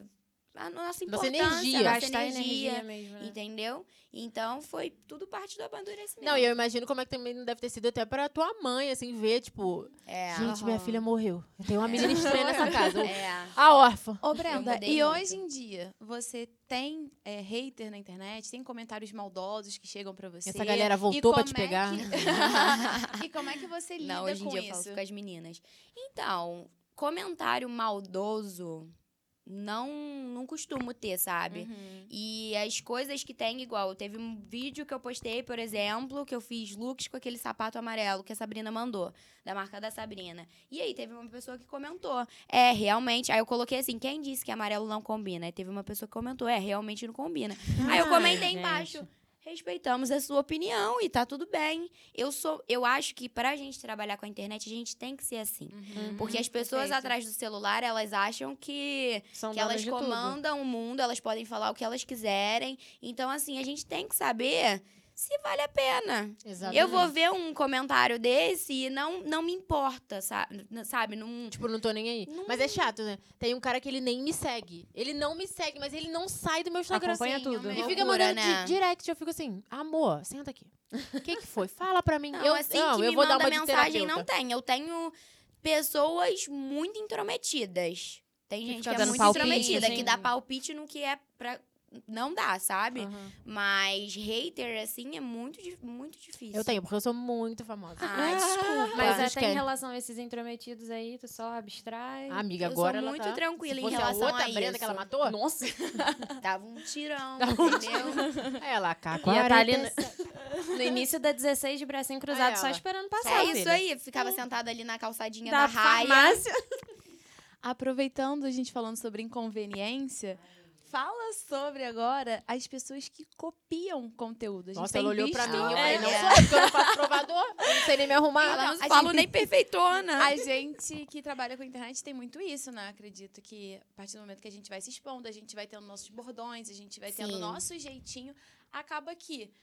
a nossa Nossa importância, energia. a nossa Gastar energia, energia mesmo, né? entendeu? Então, foi tudo parte do amadurecimento. Não, e eu imagino como é que também não deve ter sido até pra tua mãe, assim, ver, tipo... É. Gente, minha Aham. filha morreu. Eu tenho uma menina estranha nessa casa. É. A órfã. Ô, Brenda, mudei e muito. hoje em dia, você tem é, hater na internet? Tem comentários maldosos que chegam pra você? Essa galera E voltou pra te como é pegar. que- e como é que você lida Não, hoje em com dia eu isso? falo com as meninas. Então, comentário maldoso não não costumo ter, sabe? Uhum. E as coisas que tem igual, teve um vídeo que eu postei, por exemplo, que eu fiz looks com aquele sapato amarelo que a Sabrina mandou, da marca da Sabrina. E aí teve uma pessoa que comentou: "É, realmente". Aí eu coloquei assim: "Quem disse que amarelo não combina?". Aí teve uma pessoa que comentou: "É, realmente não combina". Aí eu Ai, comentei gente. embaixo: "Respeitamos a sua opinião e tá tudo bem". Eu sou, eu acho que pra gente trabalhar com a internet, a gente tem que ser assim. Uhum. Porque as pessoas Perfeito. atrás do celular, elas acham que São que donas elas de tudo. comandam o mundo, elas podem falar o que elas quiserem. Então, assim, a gente tem que saber se vale a pena. Exatamente. Eu vou ver um comentário desse e não, não me importa, sabe? Sabe? Não, Tipo, não tô nem aí. Não- Mas é chato, né? Tem um cara que ele nem me segue. Ele não me segue, mas ele não sai do meu Instagram. Acompanha assim. tudo. E Loucura, fica mandando né? di- direct. Eu fico assim, amor, senta aqui. O que que foi? Fala pra mim. não eu assim não, que eu me vou dar manda uma de mensagem, terapeuta. não tem. Eu tenho pessoas muito intrometidas. Tem gente que fica é dando muito palpite, intrometida, assim. que dá palpite no que é pra... Não dá, sabe? Aham. Mas hater, assim, é muito, di- muito difícil. Eu tenho, porque eu sou muito famosa. Ah, desculpa. Mas Vocês até querem. em relação a esses intrometidos aí, tu só abstrai. A amiga, Eu agora sou ela muito tá... tranquila Se em fosse relação a outra a Brenda isso. que ela matou, Nossa! Dava um tirão, Dava um entendeu? ela, K Ia estar ali quarenta e sete. no, no início da dezesseis de bracinho cruzado, Aí só ela. esperando passar. É isso filha. aí, ficava sentada ali na calçadinha Da da, raia. farmácia. Aproveitando a gente falando sobre inconveniência, fala sobre agora as pessoas que copiam conteúdo. A gente Nossa, tem ela olhou visto... pra mim, eu É. falei, não sou eu, porque eu não faço provador, eu não sei nem me arrumar. Ela não a falo gente- nem perfeitona. A gente que trabalha com a internet tem muito isso, né? Acredito que a partir do momento que a gente vai se expondo, a gente vai tendo nossos bordões, a gente vai tendo o Sim. nosso jeitinho, acaba que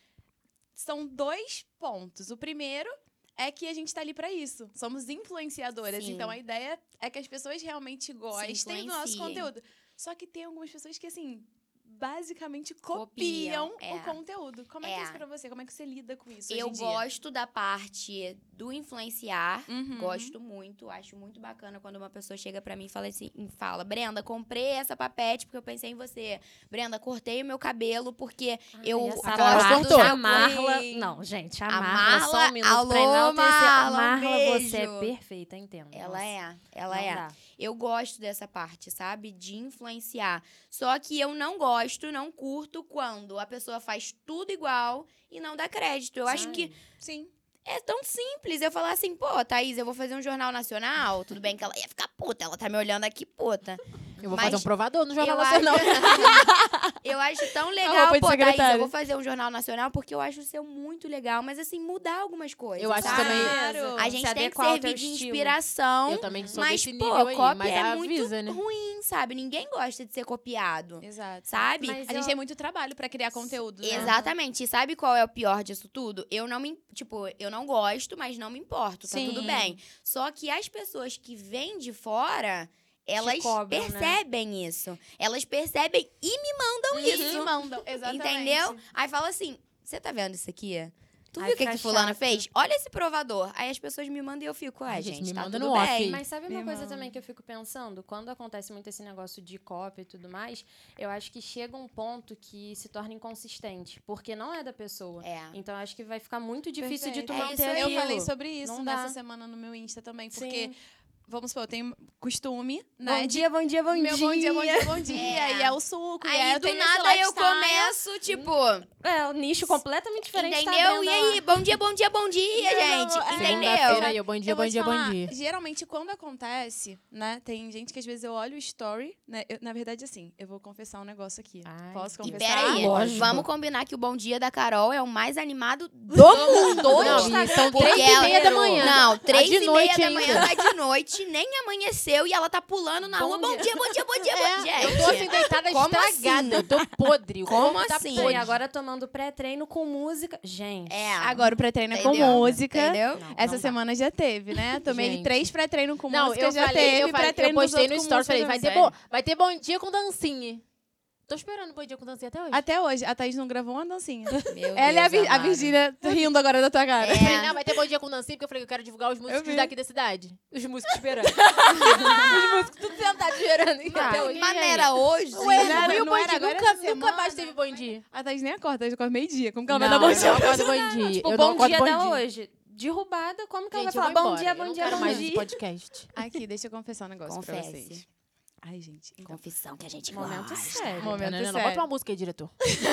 são dois pontos. O primeiro é que a gente tá ali pra isso. Somos influenciadoras. Sim. Então a ideia é que as pessoas realmente gostem do nosso influenciem. conteúdo. Só que tem algumas pessoas que, assim, basicamente copiam, Copiam, é. o conteúdo. Como é, que é É. isso pra você? Como é que você lida com isso Eu hoje em dia? gosto da parte do influenciar. Uhum. Gosto muito. Acho muito bacana quando uma pessoa chega pra mim e fala assim, e fala: Brenda, comprei essa papete porque eu pensei em você. Brenda, cortei o meu cabelo porque eu Ai, essa gosto Carla do cortou. seu A Marla. corte. Não, gente, a, A Marla, só Marla, um minuto alô, pra enaltecer. Marla, um Marla, você é beijo. perfeita, entendo. Ela Nossa, é, ela não é. dá. Eu gosto dessa parte, sabe? De influenciar. Só que eu não gosto, não curto quando a pessoa faz tudo igual e não dá crédito. Eu acho Ai. que Sim. é tão simples eu falar assim, pô, Thaís, eu vou fazer um jornal nacional. Tudo bem que ela ia ficar puta, ela tá me olhando aqui puta. Eu vou Mas fazer um provador no Jornal eu Nacional. Acho, eu acho tão legal, roupa de pô, Thaís, secretária. eu vou fazer um jornal nacional porque eu acho o seu muito legal. Mas assim, mudar algumas coisas, Eu acho sabe? também- Claro. A gente Se tem que adequar ao servir teu de estilo. inspiração. Eu também sou Mas, desse pô, nível aí, cópia mas é avisa, muito né? ruim, sabe? Ninguém gosta de ser copiado, Exato. sabe? Mas A gente eu- tem muito trabalho pra criar conteúdo, né? Exatamente. E sabe qual é o pior disso tudo? Eu não me... Tipo, eu não gosto, mas não me importo. Tá Sim. tudo bem. Só que as pessoas que vêm de fora... Elas cobram, né? percebem isso. Elas percebem e me mandam isso. E mandam, exatamente. Entendeu? Aí fala assim, você tá vendo isso aqui? Tu Ai, viu o que, fica que fulano chato. fez? Olha esse provador. Aí as pessoas me mandam e eu fico, ah, Ai, gente, gente, me tá manda tudo no off. bem. Mas sabe uma Me coisa manda. também que eu fico pensando? Quando acontece muito esse negócio de cópia e tudo mais, eu acho que chega um ponto que se torna inconsistente. Porque não é da pessoa. É. Então, eu acho que vai ficar muito difícil de tu Perfeito. É manter isso aí. Eu aquilo. falei sobre isso Não nessa dá. semana no meu Insta também, porque Sim. vamos supor, eu tenho costume, né? Bom de- dia, bom dia, bom meu dia. bom dia, bom dia, bom dia. É. E é o suco. e aí Aí eu do tenho esse nada eu lifestyle. começo, tipo, É, o nicho completamente diferente. tá entendeu? abrindo E lá. aí, bom dia, bom dia, bom dia, Não, gente. é. Entendeu? Segunda-feira aí, eu bom dia, Eu vou bom te dia, bom falar, dia. Geralmente, quando acontece, né? Tem gente que às vezes eu olho o story, né? eu- na verdade, assim, eu vou confessar um negócio aqui. Ai, Posso E confessar? pera aí, Lógico. vamos combinar que o bom dia da Carol é o mais animado do mundo. Não, e são Porque três e ela- meia da manhã. Não, três de e meia noite da ainda. manhã, tá de noite, nem amanheceu e ela tá pulando na Bom rua. Bom dia. dia, bom dia, bom dia, bom É, dia. eu tô assim, deitada Como estragada. assim? Eu tô podre. o Como corpo tá assim? podre. E agora tomando pré-treino com música. Gente. É. Agora o pré-treino é com Entendeu? música. Entendeu? Não, Essa não dá. semana já teve, né? Tomei Gente. três pré-treino com Não, música, eu já falei, teve eu, falei, eu pré-treino dos postei no outros com stories, falei, música vai ter, também. bom, vai ter bom dia com dancinha. Tô esperando bom dia com dancinha até hoje. Até hoje, a Thaís não gravou uma dancinha. Meu Ela e a, Deus Vi- a amado. Virgínia rindo agora da tua cara. Eu falei, É. não, vai ter bom dia com dancinha, porque eu falei que eu quero divulgar os músicos vi. daqui da cidade. Os músicos esperando. os músicos tudo sentados esperando. E até hoje. Mas não era hoje? Ué, Não era- e o não bom era dia? agora Nunca, essa nunca semana? mais teve bom dia. A Thaís nem acorda, a Thaís acorda meio-dia. Como que ela Não, vai dar bom eu dia? não acordo bom dia. Tipo, eu não bom acordo dia bom dela dia. hoje. Derrubada, como que ela Gente, vai eu falar vou bom embora. dia, eu bom não dia, quero bom mais dia? esse podcast. Aqui, deixa eu confessar um negócio pra Confesse. vocês. Ai, gente. Então, Confissão que a gente Momento gosta. sério. Momento Não, não, não, sério. bota uma música aí, diretor.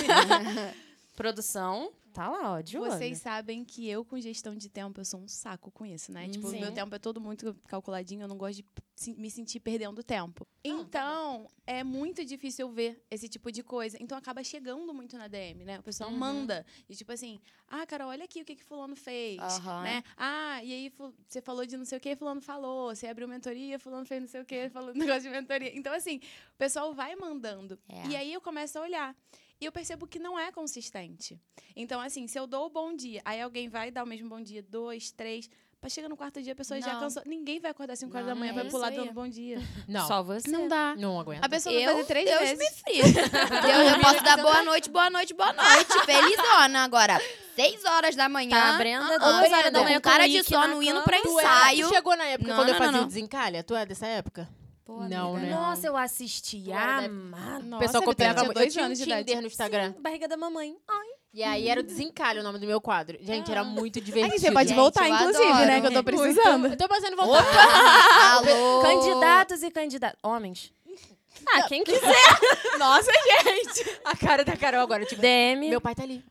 Produção, tá lá, ó, de olho. Vocês sabem que eu, com gestão de tempo, eu sou um saco com isso, né? Tipo, o Sim. meu tempo é todo muito calculadinho, eu não gosto de se- me sentir perdendo tempo. Então, é muito difícil eu ver esse tipo de coisa. Então, acaba chegando muito na D M, né? O pessoal Uhum. manda. E tipo assim, ah, Carol, olha aqui o que que fulano fez, Aham. né? Ah, e aí fu- você falou de não sei o que, fulano falou. Você abriu mentoria, fulano fez não sei o que, falou negócio de mentoria. Então, assim, o pessoal vai mandando. É. E aí eu começo a olhar. E eu percebo que não é consistente. Então, assim, se eu dou o bom dia, aí alguém vai dar o mesmo bom dia, dois, três. Pra chegar no quarto dia, a pessoa já Não. cansou. Ninguém vai acordar cinco horas Não, da manhã é pra isso pular aí. dando bom dia. Não, Só você. Não dá. não aguento. A pessoa vai Eu, fazer três Deus vezes. me frita. Deus, eu posso dar boa noite, boa noite, boa noite. Felizona. Agora, seis horas da manhã. Tá, a Brenda, ah, duas ah, horas da com manhã com cara o de Ike sono na indo cama. pra Tu, é, ensaio. tu chegou na época Não, quando eu não, fazia não, o não. desencalha? Tu é dessa época? Pô, Não, amiga, né? Nossa, eu assisti. Tu era da- Amado. O pessoal ele copiava tinha muito. Eu dois tinha um anos de Tinder idade. no Instagram. Barriga da mamãe. Ai. E aí era o desencalho o nome do meu quadro. Gente, era muito divertido. Aí você pode Gente, voltar, eu inclusive, adoro. né? Que eu tô Muito. precisando. Eu tô pensando em voltar. Alô. Candidatos e candidatos. Homens. Ah, quem quiser. Nossa, gente! A cara da Carol agora, tipo, D M. meu pai tá ali.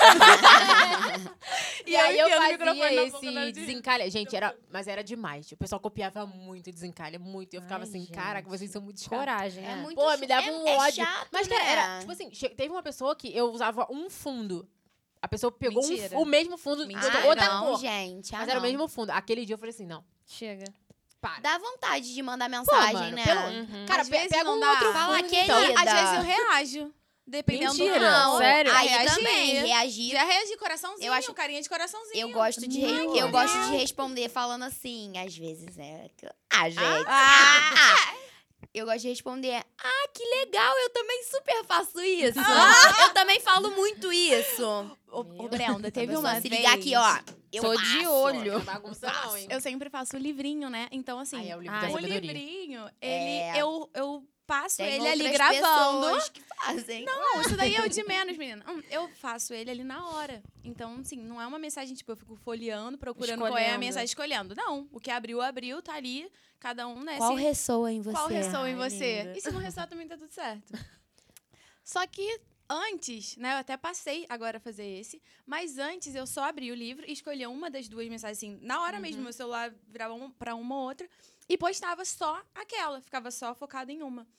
E E aí eu enfiando o fazia microfone na boca da esse Didi. desencalha. Gente, era, mas era demais. O pessoal copiava muito desencalha, muito. E eu ficava Ai, assim, gente. caraca, vocês são muito chatos. Coragem, É né? muito Pô, me dava é- um é ódio. chato, Mas, cara, né? era, tipo assim, che- teve uma pessoa que eu usava um fundo. A pessoa pegou um Mentira. fu- o mesmo fundo, Mentira. outra, Ah, outra não, cor. gente. ah, Mas era o não. mesmo fundo. Aquele dia eu falei assim, não, Chega. para. Dá vontade de mandar Pô, mensagem, mano, né? pelo- Uhum. Cara, Às pe- vezes pega não um dá. outro Fala, fundo, querida. então. Às vezes eu reajo. Dependendo Mentira. do... Não, Sério? aí Reagir. também, reagir. Já reagi coraçãozinho, Eu acho- carinha de coraçãozinho. Eu gosto de re- Não, eu não. gosto de responder falando assim, às vezes é. Ah, gente. Ah! Ah! Eu gosto de responder, ah, que legal, eu também super faço isso. Ah! Eu também falo muito isso. Ô, ô, Brenda, teve Pessoa, uma se vez... ligar aqui, ó. Eu Tô faço. de olho. Não bagunça não, hein? Eu sempre faço o livrinho, né? Então, assim, Aí é o livro Ah, da o sabedoria. livrinho, ele... É. Eu, eu passo Tem ele ali outras gravando. pessoas que fazem. Não, isso daí é o de menos, menina. Hum, Eu faço ele ali na hora. Então, assim, não é uma mensagem, tipo, eu fico folheando, procurando qual é a Escolhendo. mensagem, escolhendo. Não, o que abriu, abriu, tá ali, cada um, né? Qual se- ressoa em você? Qual ressoa em Ai, você? linda. E se não ressoa, também tá tudo certo. Só que antes, né, eu até passei agora a fazer esse, mas antes eu só abri o livro e escolhia uma das duas mensagens, assim, na hora mesmo, meu celular virava um, pra uma ou outra, e postava só aquela, ficava só focada em uma.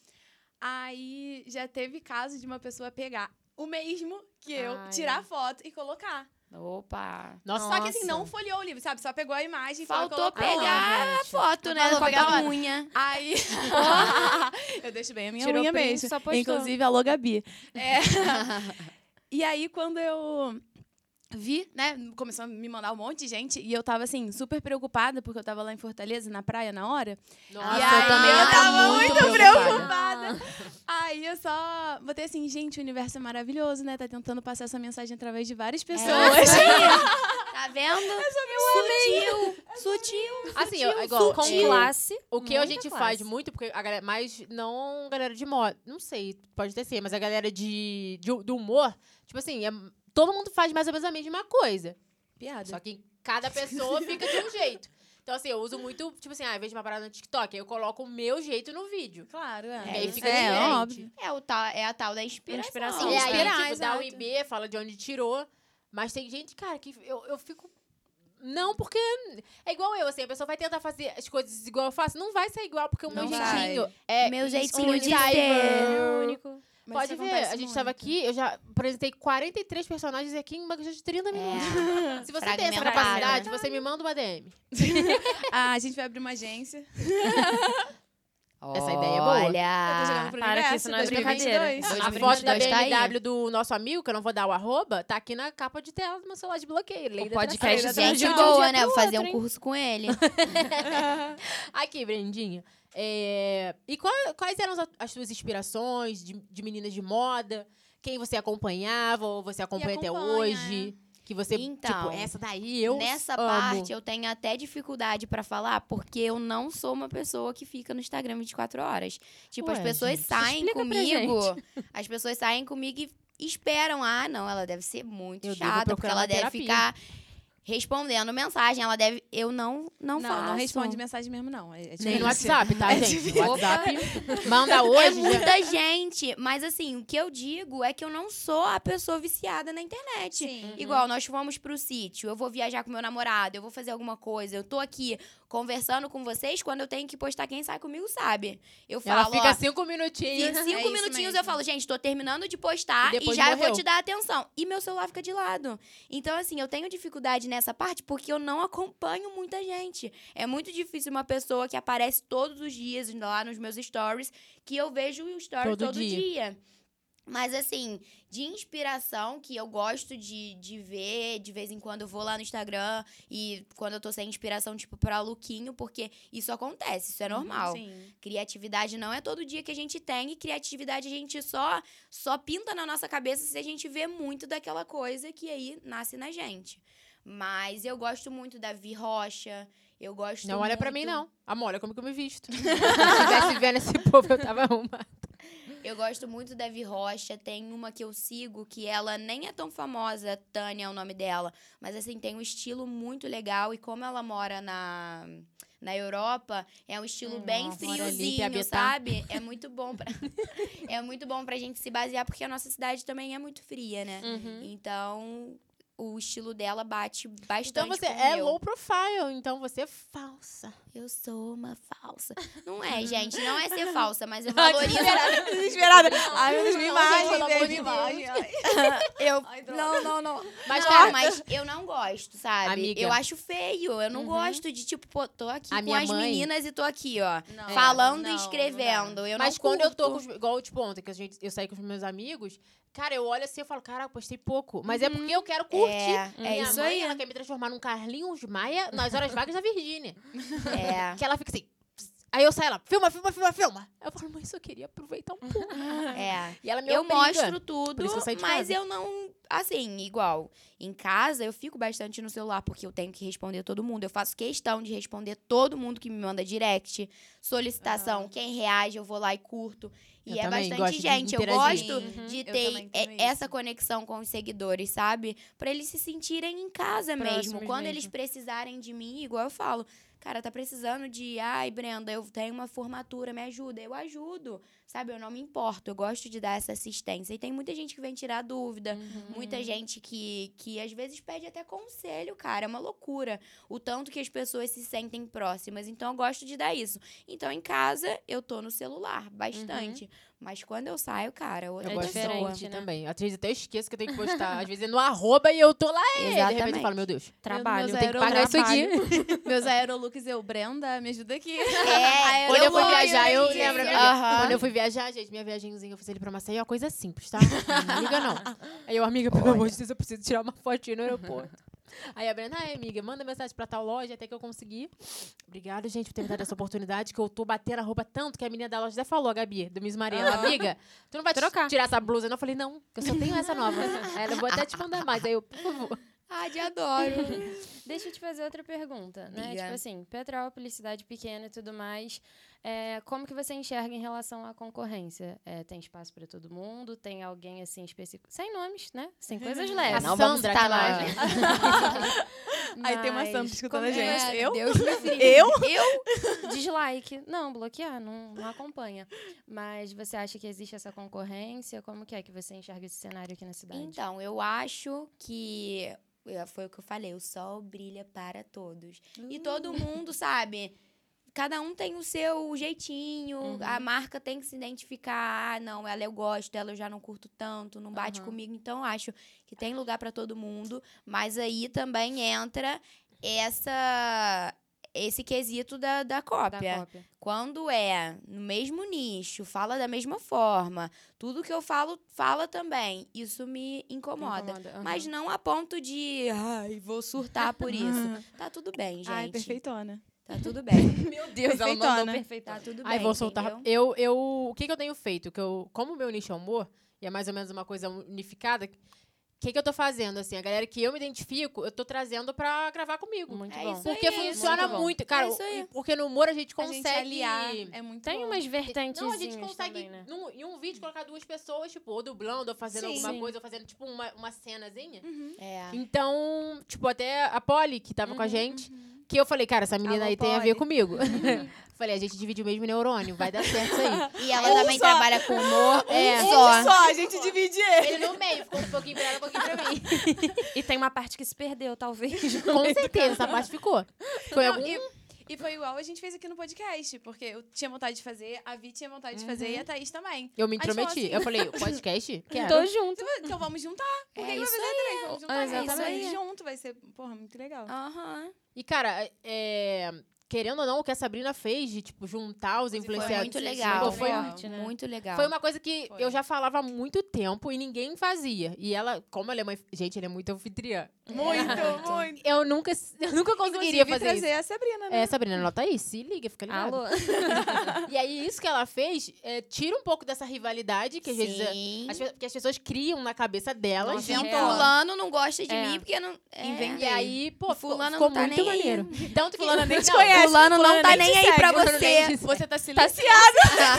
Aí já teve caso de uma pessoa pegar o mesmo que eu, Ai. tirar foto e colocar. Opa. Nossa, Só que assim, Nossa. não folheou o livro, sabe? Só pegou a imagem e foi Faltou colocou lá. pegar a gente. foto, né? Faltou Com pegar aquela a- unha. Aí. eu deixo bem a minha Tirou unha print, mesmo. só postou. Inclusive, alô, Gabi. É. E aí, quando eu vi, né, começou a me mandar um monte de gente, e eu tava, assim, super preocupada, porque eu tava lá em Fortaleza, na praia, na hora. Nossa, e aí, eu também eu era tava muito muito preocupada. preocupada. Aí, eu só botei assim, gente, o universo é maravilhoso, né? Tá tentando passar essa mensagem através de várias pessoas. Tá vendo? Sutil. Sutil. Assim, eu, igual, Com eu- classe. o que a muita gente classe. faz muito, porque a galera, mas não galera de moda, não sei, pode ter ser, mas a galera de, de do humor, tipo assim, é, todo mundo faz mais ou menos a mesma coisa. Piada. Só que cada pessoa fica de um jeito. Então, assim, eu uso muito, tipo assim, ah, ao invés de uma parada no TikTok, aí eu coloco o meu jeito no vídeo. Claro, é. E aí isso fica é, diferente. óbvio. É, o tal, é a tal da inspiração. Inspiração. E aí, Inspirar, tipo, dá o exato. I B, fala de onde tirou. Mas tem gente, cara, que eu, eu fico... Não, porque é igual eu, assim, a pessoa vai tentar fazer as coisas igual eu faço, não vai ser igual, porque o meu Não jeitinho vai. é Meu jeitinho único. de ser. É único. Mas Pode isso ver, acontece a gente estava muito. aqui, eu já apresentei quarenta e três personagens aqui em uma questão de trinta minutos. É. Se você tem essa Fragmentada. capacidade, você me manda uma D M. Ah, a gente vai abrir uma agência. Essa ideia é boa. Eu tô Olha. jogando pro para que universo. isso não é dois mil e vinte e dois. brincadeira. A dois mil e foto vinte e da dois tá aí. B M W do nosso amigo, que eu não vou dar o arroba, tá aqui na capa de tela do meu celular de bloqueio. Lei O da podcast atração. Gente de um boa, dia né? pro Vou fazer outro, um hein? curso com ele. Aqui, Brendinha. É, E qual- quais eram as- as suas inspirações de, de meninas de moda? Quem você acompanhava ou você acompanha até acompanha, hoje? Que você, Então, tipo, essa daí eu Nessa amo. parte, eu tenho até dificuldade pra falar, porque eu não sou uma pessoa que fica no Instagram vinte e quatro horas. Tipo, Ué, as pessoas gente, saem explica pra comigo, as pessoas saem comigo e esperam. Ah, não, ela deve ser muito Eu devo chata, porque procurar ela uma deve terapia. ficar respondendo mensagem. Ela deve. Eu não, não, Não, faço. não responde mensagem mesmo, não. É, é Nem difícil. no WhatsApp, tá, É gente? difícil. No WhatsApp. Manda É hoje. já- muita gente. Mas assim, o que eu digo é que eu não sou a pessoa viciada na internet. Sim. Igual, nós fomos pro sítio, eu vou viajar com meu namorado, eu vou fazer alguma coisa, eu tô aqui conversando com vocês, quando eu tenho que postar, quem sai comigo sabe. Eu falo, Ela fica ó, cinco minutinhos. cinco É isso minutinhos mesmo. eu falo, gente, tô terminando de postar E e, depois já eu morreu. vou te dar atenção. E meu celular fica de lado. Então, assim, eu tenho dificuldade nessa parte porque eu não acompanho muita gente. É muito difícil uma pessoa que aparece todos os dias lá nos meus stories, que eu vejo o story Todo todo, dia. dia. Mas, assim, de inspiração, que eu gosto de, de ver, de vez em quando eu vou lá no Instagram e quando eu tô sem inspiração, tipo, pra lookinho, porque isso acontece, isso é normal. Sim. Criatividade não é todo dia que a gente tem, e criatividade a gente só, só pinta na nossa cabeça se a gente vê muito daquela coisa que aí nasce na gente. Mas eu gosto muito da Vi Rocha, eu gosto Não olha pra muito- mim, não. Amor, olha como que eu me visto. Se eu estivesse vendo esse povo, eu tava arrumada. Eu gosto muito da Vi Rocha. Tem uma que eu sigo que ela nem é tão famosa, Tânia é o nome dela. Mas, assim, tem um estilo muito legal. E como ela mora na, na Europa, é um estilo Hum, bem mora ali, pra friozinho, habitar. sabe? É muito bom pra, é muito bom pra gente se basear, porque a nossa cidade também é muito fria, né? Uhum. Então, o estilo dela bate bastante Então você com o é meu. low profile, então você é falsa. Eu sou uma falsa. Não é, gente. Não é ser falsa, mas eu Ai, valorizo... Desesperada. Ai, meu Deus, minha Não, gente, pelo imagem, amor minha de imagem. eu... Ai, droga. não, não, não. Mas, Não, cara, mas eu não gosto, sabe? Amiga. Eu acho feio. Eu não Uhum. gosto de, tipo, pô, tô aqui A com minha as mãe- meninas e tô aqui, ó. Não, falando não, e não escrevendo. Eu Mas não quando eu tô com curto. os, igual tipo ontem, que a gente, eu saí com os meus amigos, cara, eu olho assim e falo, cara, eu postei pouco. Mas é porque eu quero curtir. É, é Minha isso mãe, aí. ela quer me transformar num Carlinhos Maia nas horas vagas da Virgínia. É. Que ela fica assim. Aí eu saio lá, filma, filma, filma, filma. Eu falo, mãe, só queria aproveitar um pouco. É. E ela me Eu obriga. mostro tudo, Por isso eu saí de mas casa. eu não. Assim, igual. Em casa, eu fico bastante no celular, porque eu tenho que responder todo mundo. Eu faço questão de responder todo mundo que me manda direct, solicitação, quem reage, eu vou lá e curto. E Eu é também bastante gosto de gente. Eu interagir. gosto Uhum. de Eu ter também tenho é, isso. essa conexão com os seguidores, sabe? Pra eles se sentirem em casa mesmo. Próximos Quando mesmo. eles precisarem de mim, igual eu falo, cara, tá precisando de, ai, Brenda, eu tenho uma formatura, me ajuda. Eu ajudo, sabe? Eu não me importo, eu gosto de dar essa assistência. E tem muita gente que vem tirar dúvida, muita gente que, que às vezes pede até conselho, cara. É uma loucura o tanto que as pessoas se sentem próximas. Então, eu gosto de dar isso. Então, em casa, eu tô no celular, bastante. Mas quando eu saio, cara, outra Eu É gosto de diferente, curtir né? também. Às vezes até eu esqueço que eu tenho que postar. Às vezes é no arroba e eu tô lá. E de repente eu Exatamente. falo, meu Deus, Trabalho. Meus tem que pagar isso aqui. Meus aerolooks, eu, Brenda, me ajuda aqui. É, Quando eu fui gosto viajar, eu disso. lembro. amiga, Aham. Quando eu fui viajar, gente, minha viagemzinha, eu fiz ali pra Maceió, uma coisa simples, tá? Não liga, não. Aí eu, amiga, pelo amor de Deus, eu preciso tirar uma fotinha no aeroporto. Aí a Brenda, ai, amiga, manda mensagem pra tal loja até que eu consegui. Obrigada, gente, por ter me dado essa oportunidade, que eu tô batendo a roupa tanto que a menina da loja até falou, a Gabi, do Miss Maria, ela, amiga, tu não vai Trocar. tirar essa blusa? Não, eu falei, não, eu só tenho essa nova. Aí ela, eu vou até te mandar mais. Aí eu, por favor. Ah, de adoro. Deixa eu te fazer outra pergunta, né? Diga. Tipo assim, Petrópolis, cidade pequena e tudo mais. É, como que você enxerga em relação à concorrência? É, tem espaço para todo mundo? Tem alguém assim específico? Sem nomes, né? Sem coisas leves. A Não vamos Sandra, citar aquela- nomes. Aí tem uma Mas Sandra escutando como a que gente. você- Eu? Deus me livre. Eu? Eu? Dislike. Não, bloquear, não, não acompanha. Mas você acha que existe essa concorrência? Como que é que você enxerga esse cenário aqui na cidade? Então, eu acho que é, foi o que eu falei, o sol brilha para todos. E todo mundo, sabe? Cada um tem o seu jeitinho, Uhum. a marca tem que se identificar. Ah, não, ela eu gosto, ela eu já não curto tanto, não bate Uhum. comigo. Então, eu acho que tem lugar para todo mundo. Mas aí também entra essa, esse quesito da, da Da cópia. cópia. Quando é no mesmo nicho, fala da mesma forma, tudo que eu falo, fala também. Isso me incomoda. Aham. Mas não a ponto de, ai, vou surtar por isso. Tá tudo bem, gente. Ai, perfeitona. Tá tudo bem. Meu Deus, ela Perfeitona. mandou Perfeito. Tá tudo Ai, bem, vou soltar. entendeu? Eu, eu, o que, que eu tenho feito? Que eu, como o meu nicho é humor, e é mais ou menos uma coisa unificada, o que, que eu tô fazendo? Assim, a galera que eu me identifico, eu tô trazendo pra gravar comigo. Muito É bom. isso Porque aí, funciona muito bom. muito. Cara, É isso aí. o- porque no humor a gente A gente consegue. aliar é muito Tem bom. umas vertentes Não, a gente consegue, também, né? num, em um vídeo, colocar duas pessoas, tipo, ou dublando, ou fazendo Sim. alguma Sim. coisa, ou fazendo, tipo, uma, uma cenazinha. Uhum. É. Então, tipo, até a Polly, que tava com a Uhum, gente, que eu falei, cara, essa menina Alô, aí tem a ver Polly. comigo. Falei, a gente divide o mesmo neurônio, vai dar certo isso aí. E ela Um também só. trabalha com humor. É. Um Um só. só, a gente divide ele. Ele no meio, ficou um pouquinho pra ela, um pouquinho pra mim. E tem uma parte que se perdeu, talvez. Com certeza, essa parte ficou. Foi Não, algum... e, e foi igual a gente fez aqui no podcast, porque eu tinha vontade de fazer, a Vi tinha vontade de fazer e a Thaís também. Eu me Aí falou intrometi. assim- Eu falei, podcast? Quero. Tô junto. Então vamos juntar. Por que É que vai isso fazer três? Vamos juntar. Ah, É isso aí, exatamente. junto, vai ser, porra, muito legal. Aham. E, cara, é... querendo ou não, o que a Sabrina fez de, tipo, juntar os Foi Foi influenciadores... muito Sim, legal. Pô, foi Foi forte, né? muito legal. Foi uma coisa que Foi. eu já falava há muito tempo e ninguém fazia. E ela, como ela é uma... Gente, ela é muito anfitriã. Muito, muito. Eu nunca, eu nunca conseguiria Inclusive, fazer trazer isso. a Sabrina, né? É, Sabrina, anota aí. Se liga, fica ligado. Alô? E aí, isso que ela fez, é, tira um pouco dessa rivalidade que às vezes... é, Sim. As, pe- que as pessoas criam na cabeça delas. Nossa, Então, é real. Fulano não gosta de É. mim porque não... É. Inventei. E aí, pô, E ficou, fulano ficou não tá muito nem aí. maneiro. Tanto que Fulana nem te não, conhece. Fulano não Fulana tá nem nem te aí pra segue. você. Você tá silenciado.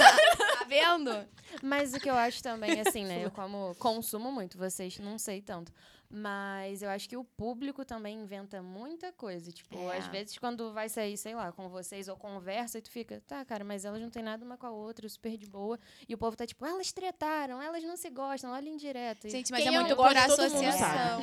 Tá vendo? Mas o que eu acho também, assim, né? Eu como consumo muito, vocês não sei tanto. Mas eu acho que o público também inventa muita coisa. Tipo, É. às vezes quando vai sair, sei lá, com vocês ou conversa, e tu fica, tá, cara, mas elas não têm nada uma com a outra, super de boa. E o povo tá tipo, elas tretaram, elas não se gostam, olha indireta. E Gente, mas Quem é eu muito gosto, por todo mundo associação.